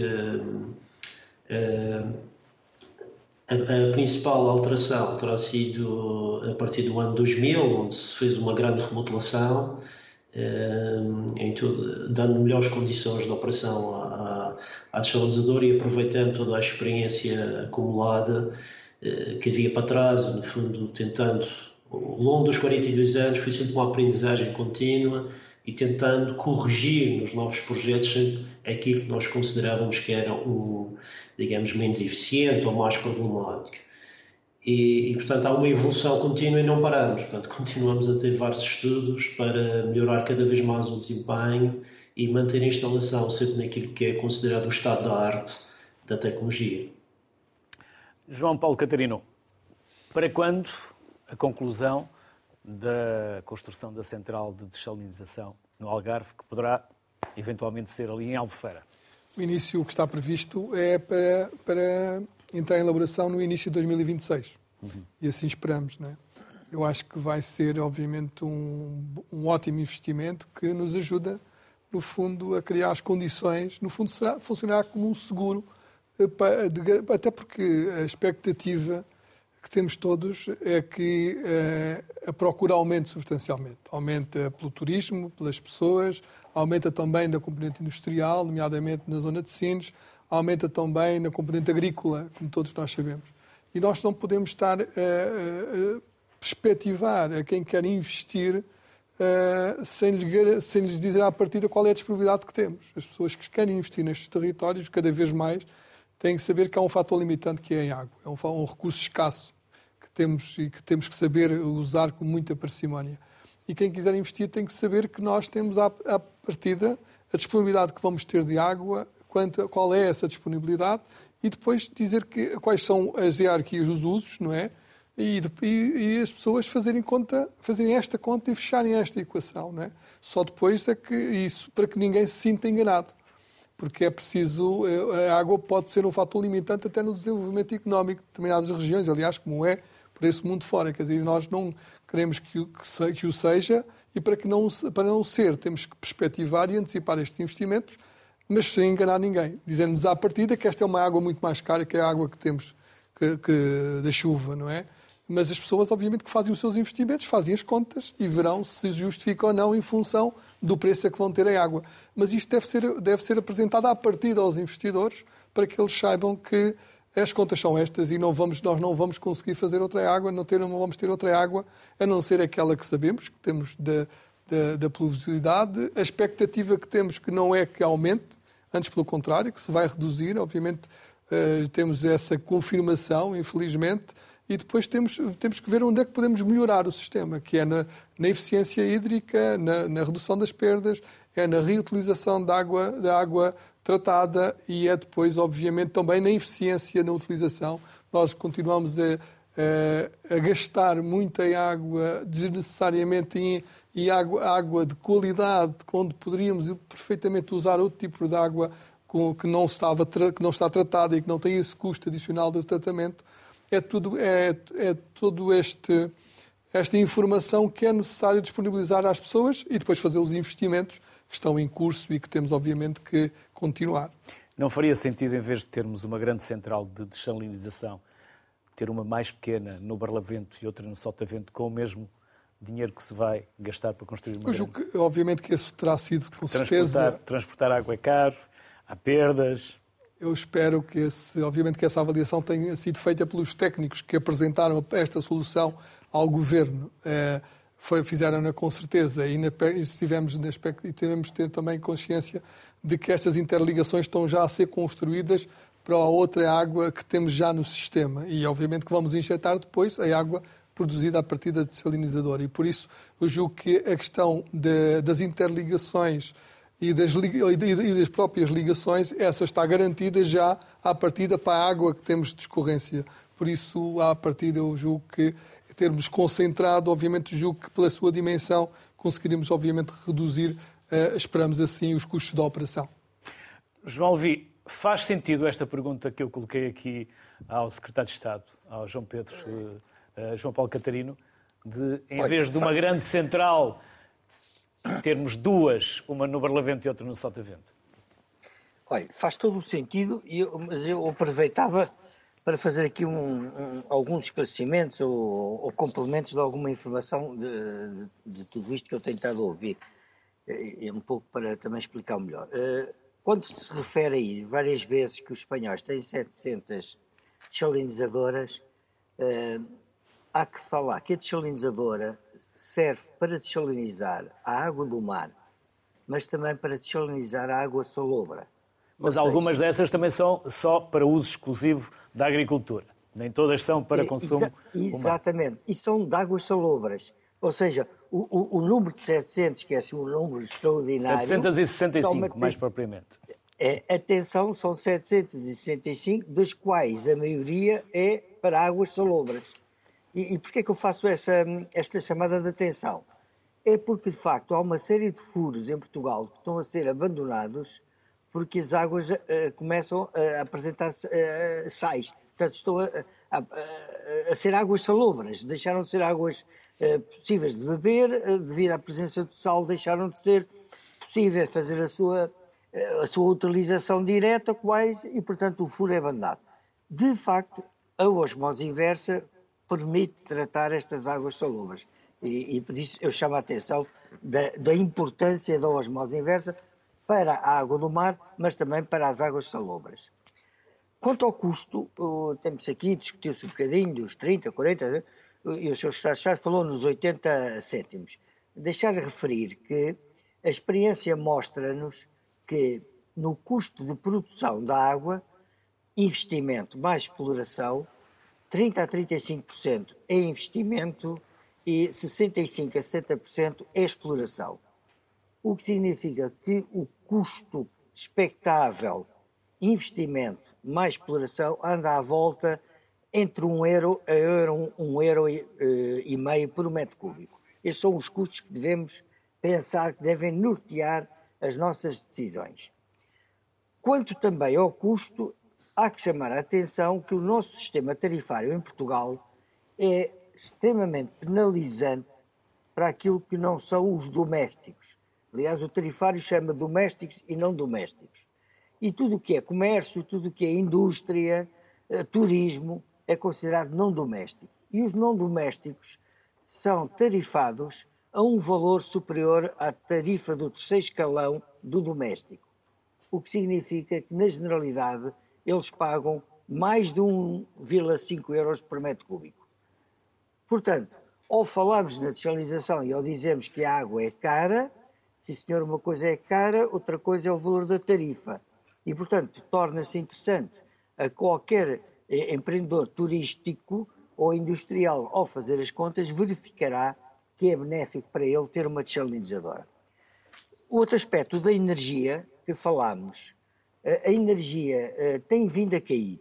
uh, a, a principal alteração terá sido a partir do ano dois mil, onde se fez uma grande remodelação, uh, em tudo, dando melhores condições de operação à, à desalinizadora e aproveitando toda a experiência acumulada uh, que havia para trás, no fundo tentando, ao longo dos quarenta e dois anos, foi sempre uma aprendizagem contínua e tentando corrigir nos novos projetos sempre aquilo que nós considerávamos que era um, digamos, menos eficiente ou mais problemático. E, e, portanto, há uma evolução contínua e não paramos. Portanto, continuamos a ter vários estudos para melhorar cada vez mais o desempenho e manter a instalação sempre naquilo que é considerado o estado da arte da tecnologia. João Paulo Catarino, para quando a conclusão da construção da central de dessalinização no Algarve, que poderá eventualmente ser ali em Albufeira? O início que está previsto é para, para entrar em elaboração no início de dois mil e vinte e seis. Uhum. E assim esperamos, não é? Eu acho que vai ser, obviamente, um, um ótimo investimento que nos ajuda, no fundo, a criar as condições, no fundo, será funcionar como um seguro, até porque a expectativa que temos todos é que a procura aumente substancialmente. Aumenta pelo turismo, pelas pessoas, aumenta também na componente industrial, nomeadamente na zona de Sines, aumenta também na componente agrícola, como todos nós sabemos. E nós não podemos estar a, a, a perspectivar a quem quer investir uh, sem, lhes, sem lhes dizer à partida qual é a disponibilidade que temos. As pessoas que querem investir nestes territórios, cada vez mais, têm que saber que há um fator limitante que é a água. É um, um recurso escasso que temos e que temos que saber usar com muita parcimónia. E quem quiser investir tem que saber que nós temos à, à partida a disponibilidade que vamos ter de água, quanto, qual é essa disponibilidade, e depois dizer que, quais são as hierarquias dos usos, não é? E, e, e as pessoas fazerem, conta, fazerem esta conta e fecharem esta equação, não é? Só depois é que isso, para que ninguém se sinta enganado. Porque é preciso, a água pode ser um fator limitante até no desenvolvimento económico de determinadas regiões, aliás, como é por esse mundo fora. Quer dizer, nós não queremos que, que, que o seja, e para, que não, para não ser, temos que perspectivar e antecipar estes investimentos, mas sem enganar ninguém, dizendo-nos à partida que esta é uma água muito mais cara que a água que temos que, que, da chuva, não é? Mas as pessoas, obviamente, que fazem os seus investimentos, fazem as contas e verão se justifica ou não em função do preço a que vão ter a água. Mas isto deve ser, deve ser apresentado à partida aos investidores para que eles saibam que as contas são estas e não vamos, nós não vamos conseguir fazer outra água, não, ter, não vamos ter outra água, a não ser aquela que sabemos, que temos da, da, da pluviosidade. A expectativa que temos que não é que aumente, antes pelo contrário, que se vai reduzir. Obviamente uh, temos essa confirmação, infelizmente, e depois temos, temos que ver onde é que podemos melhorar o sistema, que é na, na eficiência hídrica, na, na redução das perdas, é na reutilização da água, da água tratada e é depois, obviamente, também na eficiência na utilização. Nós continuamos a, a, a gastar muita água desnecessariamente em, em água, água de qualidade, onde poderíamos perfeitamente usar outro tipo de água que não, estava, que não está tratada e que não tem esse custo adicional do tratamento. É tudo, é, é todo este, esta informação que é necessário disponibilizar às pessoas e depois fazer os investimentos que estão em curso e que temos, obviamente, que continuar. Não faria sentido, em vez de termos uma grande central de dessalinização, ter uma mais pequena no Barlavento e outra no Sotavento, com o mesmo dinheiro que se vai gastar para construir uma eu grande? Que, obviamente que esse terá sido, com transportar, certeza... Transportar água é caro, há perdas... Eu espero que, esse, obviamente, que essa avaliação tenha sido feita pelos técnicos que apresentaram esta solução ao Governo. É, foi, fizeram-na com certeza e, na, e, estivemos na, e teremos de ter também consciência de que estas interligações estão já a ser construídas para a outra água que temos já no sistema. E, obviamente, que vamos injetar depois a água produzida a partir da dessalinizadora. E, por isso, eu julgo que a questão de, das interligações E das, e das próprias ligações, essa está garantida já à partida para a água que temos de escorrência. Por isso, à partida, eu julgo que termos concentrado, obviamente, julgo que pela sua dimensão conseguiremos, obviamente, reduzir, uh, esperamos assim, os custos da operação. João Levi, faz sentido esta pergunta que eu coloquei aqui ao Secretário de Estado, ao João Pedro, uh, uh, João Paulo Catarino, de, em Olha, vez de uma faz... grande central... termos duas, uma no Barlavento e outra no Sotavento? Olha, faz todo o sentido, mas eu aproveitava para fazer aqui um, um, alguns esclarecimentos ou, ou complementos de alguma informação de, de, de tudo isto que eu tenho estado a ouvir, é um pouco para também explicar melhor. Quando se refere aí várias vezes que os espanhóis têm setecentas desalinizadoras, há que falar que a desalinizadora serve para desalinizar a água do mar, mas também para desalinizar a água salobra. Mas algumas dessas também são só para uso exclusivo da agricultura. Nem todas são para consumo humano. Exatamente. E são de águas salobras. Ou seja, o, o, o número de setecentos, que é assim um número extraordinário... setecentos e sessenta e cinco, mais propriamente. É, atenção, são setecentos e sessenta e cinco, das quais a maioria é para águas salobras. E, e porquê é que eu faço essa, esta chamada de atenção? É porque, de facto, há uma série de furos em Portugal que estão a ser abandonados porque as águas uh, começam a apresentar uh, sais, Portanto, estão a, a, a, a ser águas salobras, deixaram de ser águas uh, possíveis de beber, uh, devido à presença de sal, deixaram de ser possível fazer a sua, uh, a sua utilização direta, quase, e, portanto, o furo é bandado. De facto, a osmose inversa permite tratar estas águas salobras. E, e por isso eu chamo a atenção da, da importância da osmose inversa para a água do mar, mas também para as águas salobras. Quanto ao custo, temos aqui, discutiu-se um bocadinho dos trinta, quarenta, e o senhor Secretário de Estado falou nos oitenta cêntimos. Deixar de referir que a experiência mostra-nos que no custo de produção da água, investimento mais exploração, trinta a trinta e cinco por cento é investimento e sessenta e cinco a setenta por cento é exploração. O que significa que o custo expectável, investimento mais exploração, anda à volta entre um euro a euro, um euro e, e meio por metro cúbico. Estes são os custos que devemos pensar, que devem nortear as nossas decisões. Quanto também ao custo, há que chamar a atenção que o nosso sistema tarifário em Portugal é extremamente penalizante para aquilo que não são os domésticos. Aliás, o tarifário chama domésticos e não domésticos. E tudo o que é comércio, tudo o que é indústria, turismo, é considerado não doméstico. E os não domésticos são tarifados a um valor superior à tarifa do terceiro escalão do doméstico. O que significa que, na generalidade, eles pagam mais de um vírgula cinco euros por metro cúbico. Portanto, ao falarmos na dessalinização e ao dizermos que a água é cara, sim senhor, uma coisa é cara, outra coisa é o valor da tarifa. E, portanto, torna-se interessante a qualquer empreendedor turístico ou industrial, ao fazer as contas, verificará que é benéfico para ele ter uma desalinizadora. Outro aspecto da energia que falámos, a energia tem vindo a cair.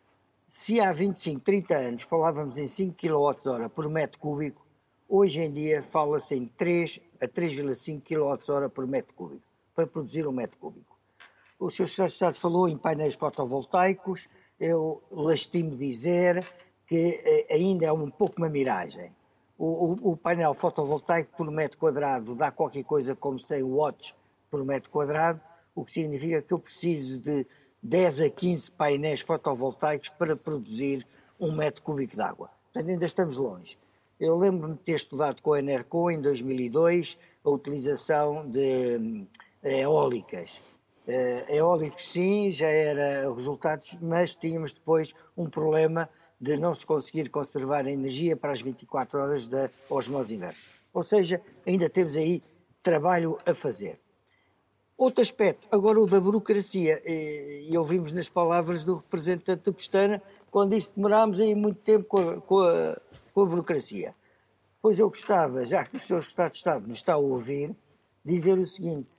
Se há vinte e cinco, trinta anos falávamos em cinco quilowatts-hora por metro cúbico, hoje em dia fala-se em três a três vírgula cinco quilowatts-hora por metro cúbico, para produzir um metro cúbico. O senhor Secretário de Estado falou em painéis fotovoltaicos, eu lastimo dizer que ainda é um pouco uma miragem. O, o, o painel fotovoltaico por metro quadrado dá qualquer coisa como cem watts por metro quadrado, o que significa que eu preciso de dez a quinze painéis fotovoltaicos para produzir um metro cúbico de água. Portanto, ainda estamos longe. Eu lembro-me de ter estudado com a Enerco em dois mil e dois a utilização de eólicas. Uh, eólicos sim, já era resultados, mas tínhamos depois um problema de não se conseguir conservar a energia para as vinte e quatro horas da osmose inversa. Ou seja, ainda temos aí trabalho a fazer. Outro aspecto, agora o da burocracia, e, e ouvimos nas palavras do representante do Pestana, quando disse que demorámos aí muito tempo com a, com, a, com a burocracia. Pois eu gostava, já que o senhor Secretário de Estado nos está a ouvir, dizer o seguinte: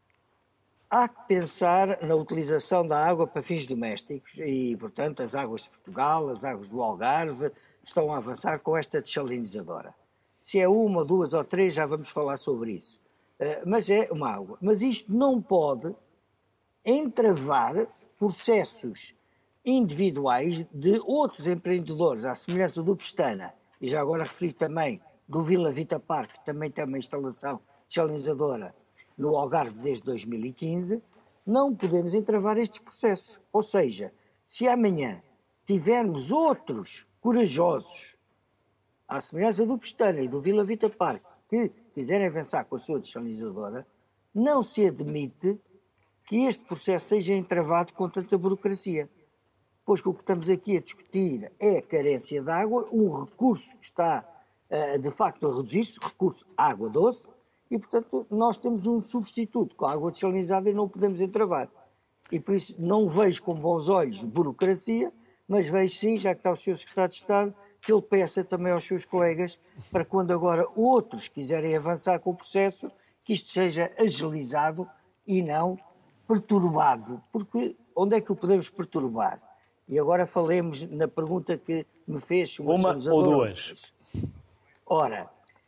há que pensar na utilização da água para fins domésticos e, portanto, as águas de Portugal, as águas do Algarve, estão a avançar com esta desalinizadora. Se é uma, duas ou três, já vamos falar sobre isso. Uh, mas é uma água. Mas isto não pode entravar processos individuais de outros empreendedores, à semelhança do Pestana, e já agora referi também do Vila Vita Park, que também tem uma instalação desalinizadora no Algarve desde dois mil e quinze, não podemos entravar estes processos. Ou seja, se amanhã tivermos outros corajosos, à semelhança do Pestana e do Vila Vita Park, que quiserem avançar com a sua desalinizadora, não se admite que este processo seja entravado com tanta burocracia. Pois que o que estamos aqui a discutir é a carência de água, um recurso que está, de facto, a reduzir-se, recurso água doce, e, portanto, nós temos um substituto com a água desalinizada e não o podemos entravar. E, por isso, não vejo com bons olhos burocracia, mas vejo sim, já que está o senhor Secretário de Estado, que ele peça também aos seus colegas para quando agora outros quiserem avançar com o processo, que isto seja agilizado e não perturbado. Porque onde é que o podemos perturbar? E agora falemos na pergunta que me fez... Uma ou duas? Ora,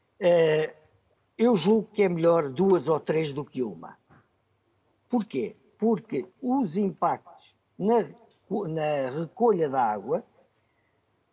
eu julgo que é melhor duas ou três do que uma. Porquê? Porque os impactos na, na recolha da água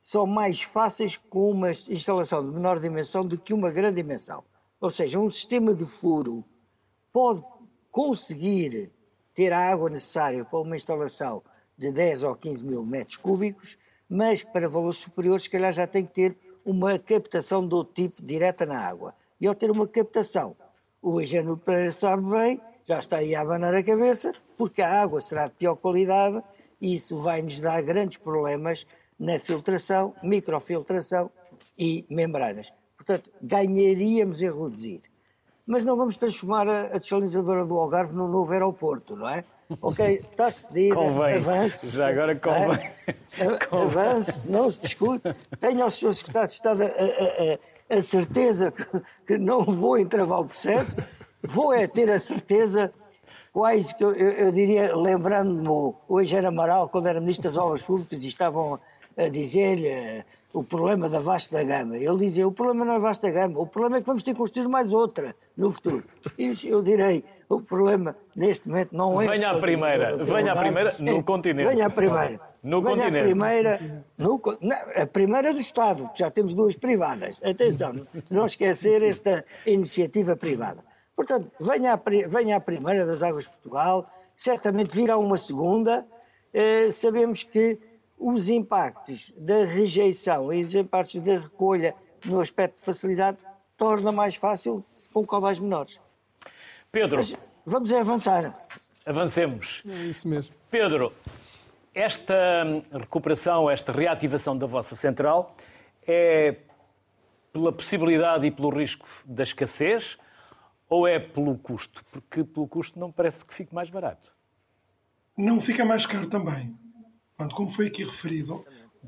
são mais fáceis com uma instalação de menor dimensão do que uma grande dimensão. Ou seja, um sistema de furo pode conseguir ter a água necessária para uma instalação de dez ou quinze mil metros cúbicos, mas para valores superiores, se calhar já tem que ter uma captação do tipo direta na água. E ao ter uma captação, o engenheiro nuclear sabe bem, já está aí a abanar a cabeça, porque a água será de pior qualidade e isso vai nos dar grandes problemas na filtração, microfiltração e membranas. Portanto, ganharíamos em reduzir. Mas não vamos transformar a, a desalinizadora do Algarve num novo aeroporto, não é? Ok, está decidido, avance. Já agora convém. É? convém. Avance, não se discute. Tenho ao senhor Secretário de Estado a, a, a, a certeza que, que não vou entravar o processo. Vou é ter a certeza, quase que eu, eu, eu diria, lembrando-me o, o engenheiro Amaral, quando era Ministro das Obras Públicas, e estavam a dizer-lhe uh, o problema da Vasco da Gama. Ele dizia, o problema não é Vasco da Gama, o problema é que vamos ter que construir mais outra no futuro. E eu direi, o problema neste momento não é... Venha à primeira, venha à primeira no é, continente. Venha à primeira. No venha continente. À primeira, no, não, a primeira do Estado, já temos duas privadas. Atenção, não esquecer esta iniciativa privada. Portanto, venha à, venha à primeira das Águas de Portugal, certamente virá uma segunda. Eh, sabemos que os impactos da rejeição e os impactos da recolha no aspecto de facilidade torna mais fácil com caudais menores. Pedro. Mas vamos avançar. Avancemos. É isso mesmo. Pedro, esta recuperação, esta reativação da vossa central é pela possibilidade e pelo risco da escassez ou é pelo custo? Porque pelo custo não parece que fique mais barato. Não fica mais caro também. Como foi aqui referido,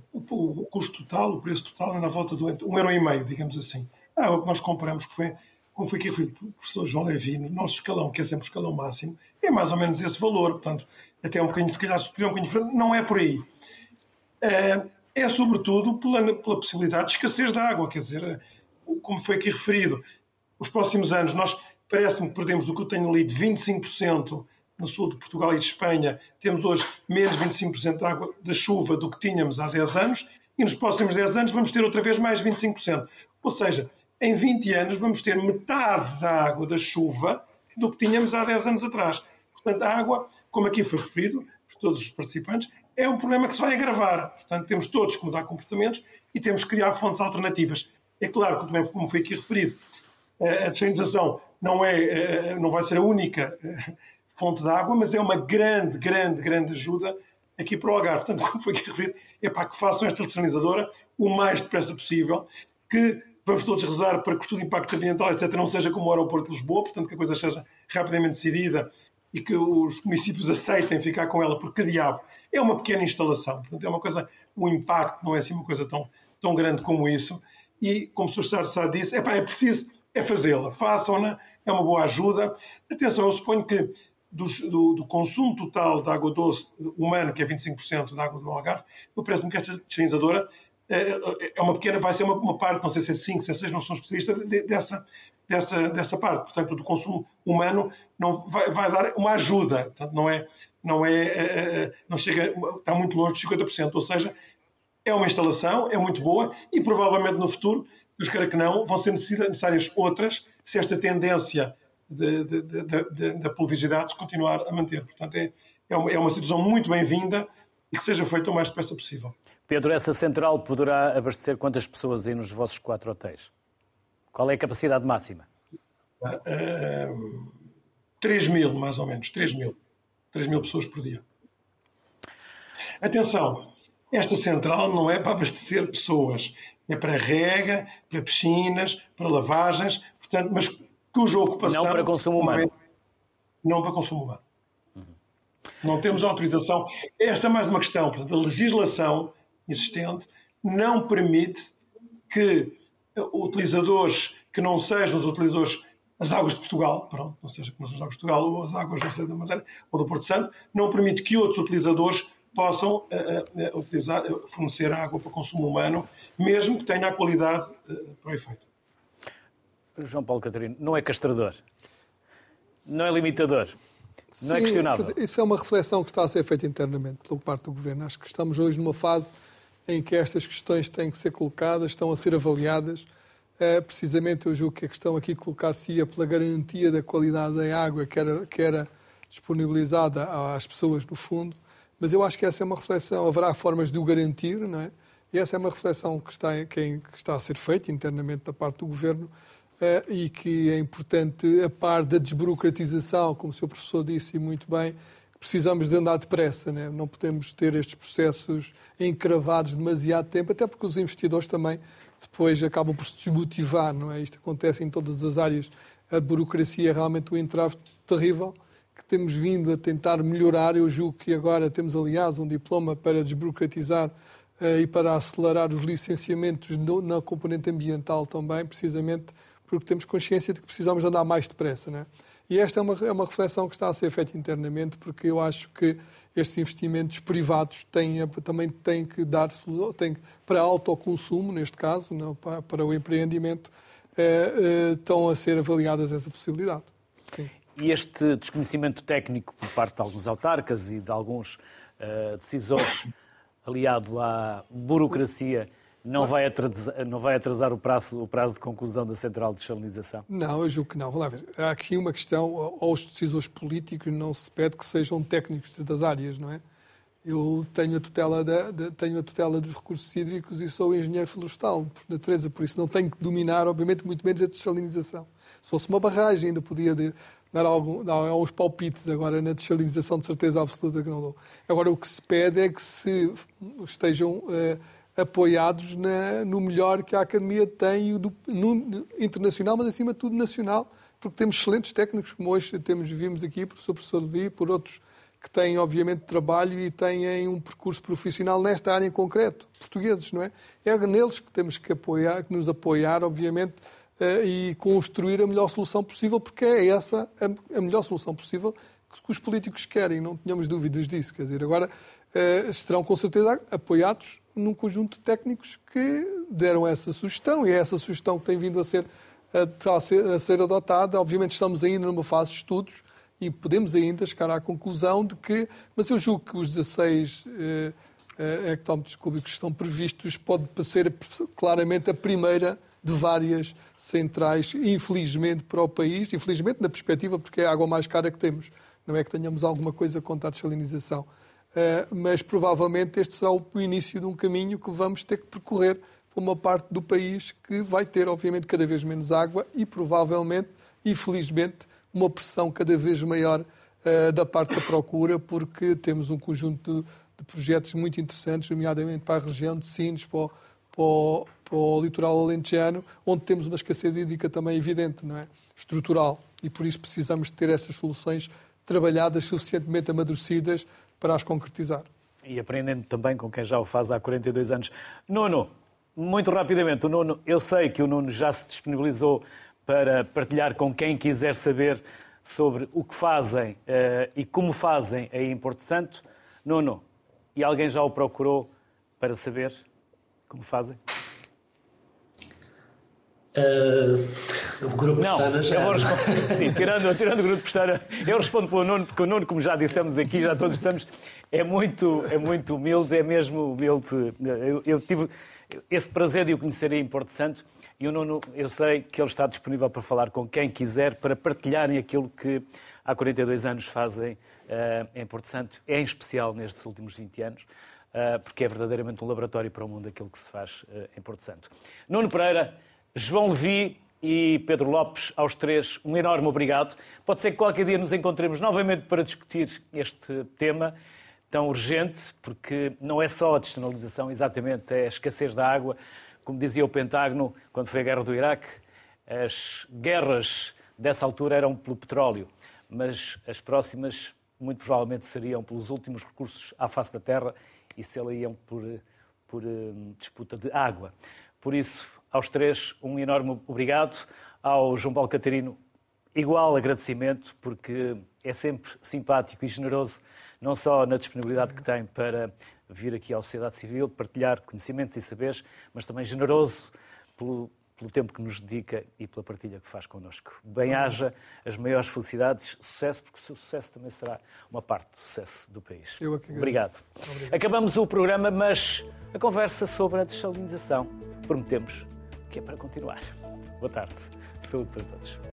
o custo total, o preço total é na volta de um euro e meio, digamos assim. Ah, o que nós compramos, que foi, como foi aqui referido pelo professor João Levi, no nosso escalão, que é sempre o escalão máximo, é mais ou menos esse valor. Portanto, até um bocadinho, se calhar, superior, um bocadinho diferente, não é por aí. É, é sobretudo pela, pela possibilidade de escassez da água, quer dizer, como foi aqui referido, os próximos anos, nós parece-me que perdemos, do que eu tenho lido, vinte e cinco por cento no sul de Portugal e de Espanha, temos hoje menos vinte e cinco por cento da água da chuva do que tínhamos há dez anos, e nos próximos dez anos vamos ter outra vez mais vinte e cinco por cento. Ou seja, em vinte anos vamos ter metade da água da chuva do que tínhamos há dez anos atrás. Portanto, a água, como aqui foi referido por todos os participantes, é um problema que se vai agravar. Portanto, temos todos que mudar comportamentos e temos que criar fontes alternativas. É claro que, também, como foi aqui referido, a desalinização não, é, não vai ser a única fonte de água, mas é uma grande, grande, grande ajuda aqui para o Algarve. Portanto, como foi aqui referido, é para que façam esta desalinizadora o mais depressa possível, que vamos todos rezar para que o estudo de impacto ambiental, etcétera, não seja como o aeroporto de Lisboa, portanto, que a coisa seja rapidamente decidida e que os municípios aceitem ficar com ela, porque, que diabo, é uma pequena instalação. Portanto, é uma coisa, o impacto não é assim uma coisa tão, tão grande como isso. E, como o senhor Sá disse, é, pá, é preciso é fazê-la. Façam-na, é uma boa ajuda. Atenção, eu suponho que do, do, do consumo total de água doce humana, que é vinte e cinco por cento da água do Algarve, eu parece-me que esta desalinizadora é uma pequena, vai ser uma, uma parte, não sei se é cinco, se é seis, não sou especialista, de, dessa, dessa, dessa parte. Portanto, do consumo humano não vai, vai dar uma ajuda. Portanto, não é, não é, não chega, está muito longe dos cinquenta por cento. Ou seja, é uma instalação, é muito boa e provavelmente no futuro, Deus queira que não, vão ser necessárias outras se esta tendência da pluviosidade se continuar a manter. Portanto, é, é, uma, é uma situação muito bem-vinda e que seja feita o mais depressa possível. Pedro, essa central poderá abastecer quantas pessoas aí nos vossos quatro hotéis? Qual é a capacidade máxima? Uh, três mil, mais ou menos. três mil. três mil pessoas por dia. Atenção, esta central não é para abastecer pessoas. É para rega, para piscinas, para lavagens, portanto, mas cuja ocupação... Não para consumo humano. Não para consumo humano. Uhum. Não temos autorização. Esta é mais uma questão. Portanto, a legislação existente não permite que utilizadores que não sejam os utilizadores das águas de Portugal, pronto, não seja como as águas de Portugal ou as águas da Madeira ou do Porto Santo, não permite que outros utilizadores possam uh, uh, utilizar, uh, fornecer água para consumo humano, mesmo que tenha a qualidade uh, para o efeito. João Paulo Catarino, não é castrador, não é limitador, não Sim, é questionável. Isso é uma reflexão que está a ser feita internamente pela parte do Governo. Acho que estamos hoje numa fase em que estas questões têm que ser colocadas, estão a ser avaliadas. Precisamente eu julgo que a questão aqui colocar-se-ia pela garantia da qualidade da água que era, que era disponibilizada às pessoas no fundo, mas eu acho que essa é uma reflexão, haverá formas de o garantir, não é? E essa é uma reflexão que está, que está a ser feita internamente da parte do Governo e que é importante, a par da desburocratização, como o senhor professor disse muito bem, precisamos de andar depressa, não é? Não podemos ter estes processos encravados demasiado tempo, até porque os investidores também depois acabam por se desmotivar, não é? Isto acontece em todas as áreas. A burocracia é realmente um entrave terrível que temos vindo a tentar melhorar. Eu julgo que agora temos, aliás, um diploma para desburocratizar uh, e para acelerar os licenciamentos no, na componente ambiental também, precisamente porque temos consciência de que precisamos andar mais depressa, não é? E esta é uma, é uma reflexão que está a ser feita internamente, porque eu acho que estes investimentos privados têm, também têm que dar têm, para autoconsumo, neste caso, não, para, para o empreendimento, eh, eh, estão a ser avaliadas essa possibilidade. Sim. E este desconhecimento técnico por parte de alguns autarcas e de alguns uh, decisores, aliado à burocracia, não vai atrasar, não vai atrasar o, prazo, o prazo de conclusão da central de desalinização? Não, eu julgo que não. Vamos lá ver. Há aqui uma questão, aos decisores políticos não se pede que sejam técnicos das áreas, não é? Eu tenho a tutela, da, de, tenho a tutela dos recursos hídricos e sou engenheiro florestal, por natureza, por isso não tenho que dominar, obviamente, muito menos a desalinização. Se fosse uma barragem, ainda podia dar, algum, dar alguns palpites. Agora, na desalinização, de certeza absoluta que não dou. Agora, o que se pede é que se estejam uh, apoiados na, no melhor que a Academia tem do, no, internacional, mas acima de tudo nacional, porque temos excelentes técnicos, como hoje temos, vimos aqui, por o professor Levi, por outros que têm, obviamente, trabalho e têm um percurso profissional nesta área em concreto, portugueses, não é? É neles que temos que, apoiar, que nos apoiar, obviamente, e construir a melhor solução possível, porque é essa a melhor solução possível que os políticos querem, não tenhamos dúvidas disso. Quer dizer, agora estarão com certeza apoiados num conjunto de técnicos que deram essa sugestão, e é essa sugestão que tem vindo a ser, a ser, a ser adotada. Obviamente estamos ainda numa fase de estudos e podemos ainda chegar à conclusão de que, mas eu julgo que os dezasseis eh, hectómetros cúbicos que estão previstos pode ser claramente a primeira de várias centrais, infelizmente, para o país. Infelizmente, na perspectiva, porque é a água mais cara que temos. Não é que tenhamos alguma coisa contra a desalinização. Uh, mas, provavelmente, este será o início de um caminho que vamos ter que percorrer para uma parte do país que vai ter, obviamente, cada vez menos água e, provavelmente, infelizmente, uma pressão cada vez maior uh, da parte da procura, porque temos um conjunto de, de projetos muito interessantes, nomeadamente para a região de Sines, para o, para o para o litoral alentejano, onde temos uma escassez hídrica também evidente, não é? Estrutural. E por isso precisamos ter essas soluções trabalhadas, suficientemente amadurecidas para as concretizar. E aprendendo também com quem já o faz há quarenta e dois anos. Nuno, muito rapidamente, o Nuno, eu sei que o Nuno já se disponibilizou para partilhar com quem quiser saber sobre o que fazem uh, e como fazem aí em Porto Santo. Nuno, e alguém já o procurou para saber como fazem? Uh, o grupo não, Pestana já... eu vou responder, sim, tirando, tirando o grupo Pestana, eu respondo pelo Nuno, porque o Nuno, como já dissemos aqui, já todos dissemos, é muito, é muito humilde, é mesmo humilde. Eu, eu tive esse prazer de o conhecer aí em Porto Santo e o Nuno, eu sei que ele está disponível para falar com quem quiser, para partilharem aquilo que há quarenta e dois anos fazem uh, em Porto Santo, em especial nestes últimos vinte anos. Uh, porque é verdadeiramente um laboratório para o mundo aquilo que se faz uh, em Porto Santo. Nuno Pereira, João Levi e Pedro Lopes, aos três, um enorme obrigado. Pode ser que qualquer dia nos encontremos novamente para discutir este tema tão urgente, porque não é só a desnaturalização, exatamente, é a escassez da água. Como dizia o Pentágono, quando foi a guerra do Iraque, as guerras dessa altura eram pelo petróleo, mas as próximas, muito provavelmente, seriam pelos últimos recursos à face da terra e se iam por, por um, disputa de água. Por isso, aos três, um enorme obrigado. Ao João Paulo Catarino, igual agradecimento, porque é sempre simpático e generoso, não só na disponibilidade que tem para vir aqui à sociedade civil, partilhar conhecimentos e saberes, mas também generoso pelo, pelo tempo que nos dedica e pela partilha que faz connosco. Bem-haja, as maiores felicidades, sucesso, porque o seu sucesso também será uma parte do sucesso do país. Eu aqui Obrigado. Obrigado. Acabamos o programa, mas a conversa sobre a dessalinização prometemos que é para continuar. Boa tarde. Saúde para todos.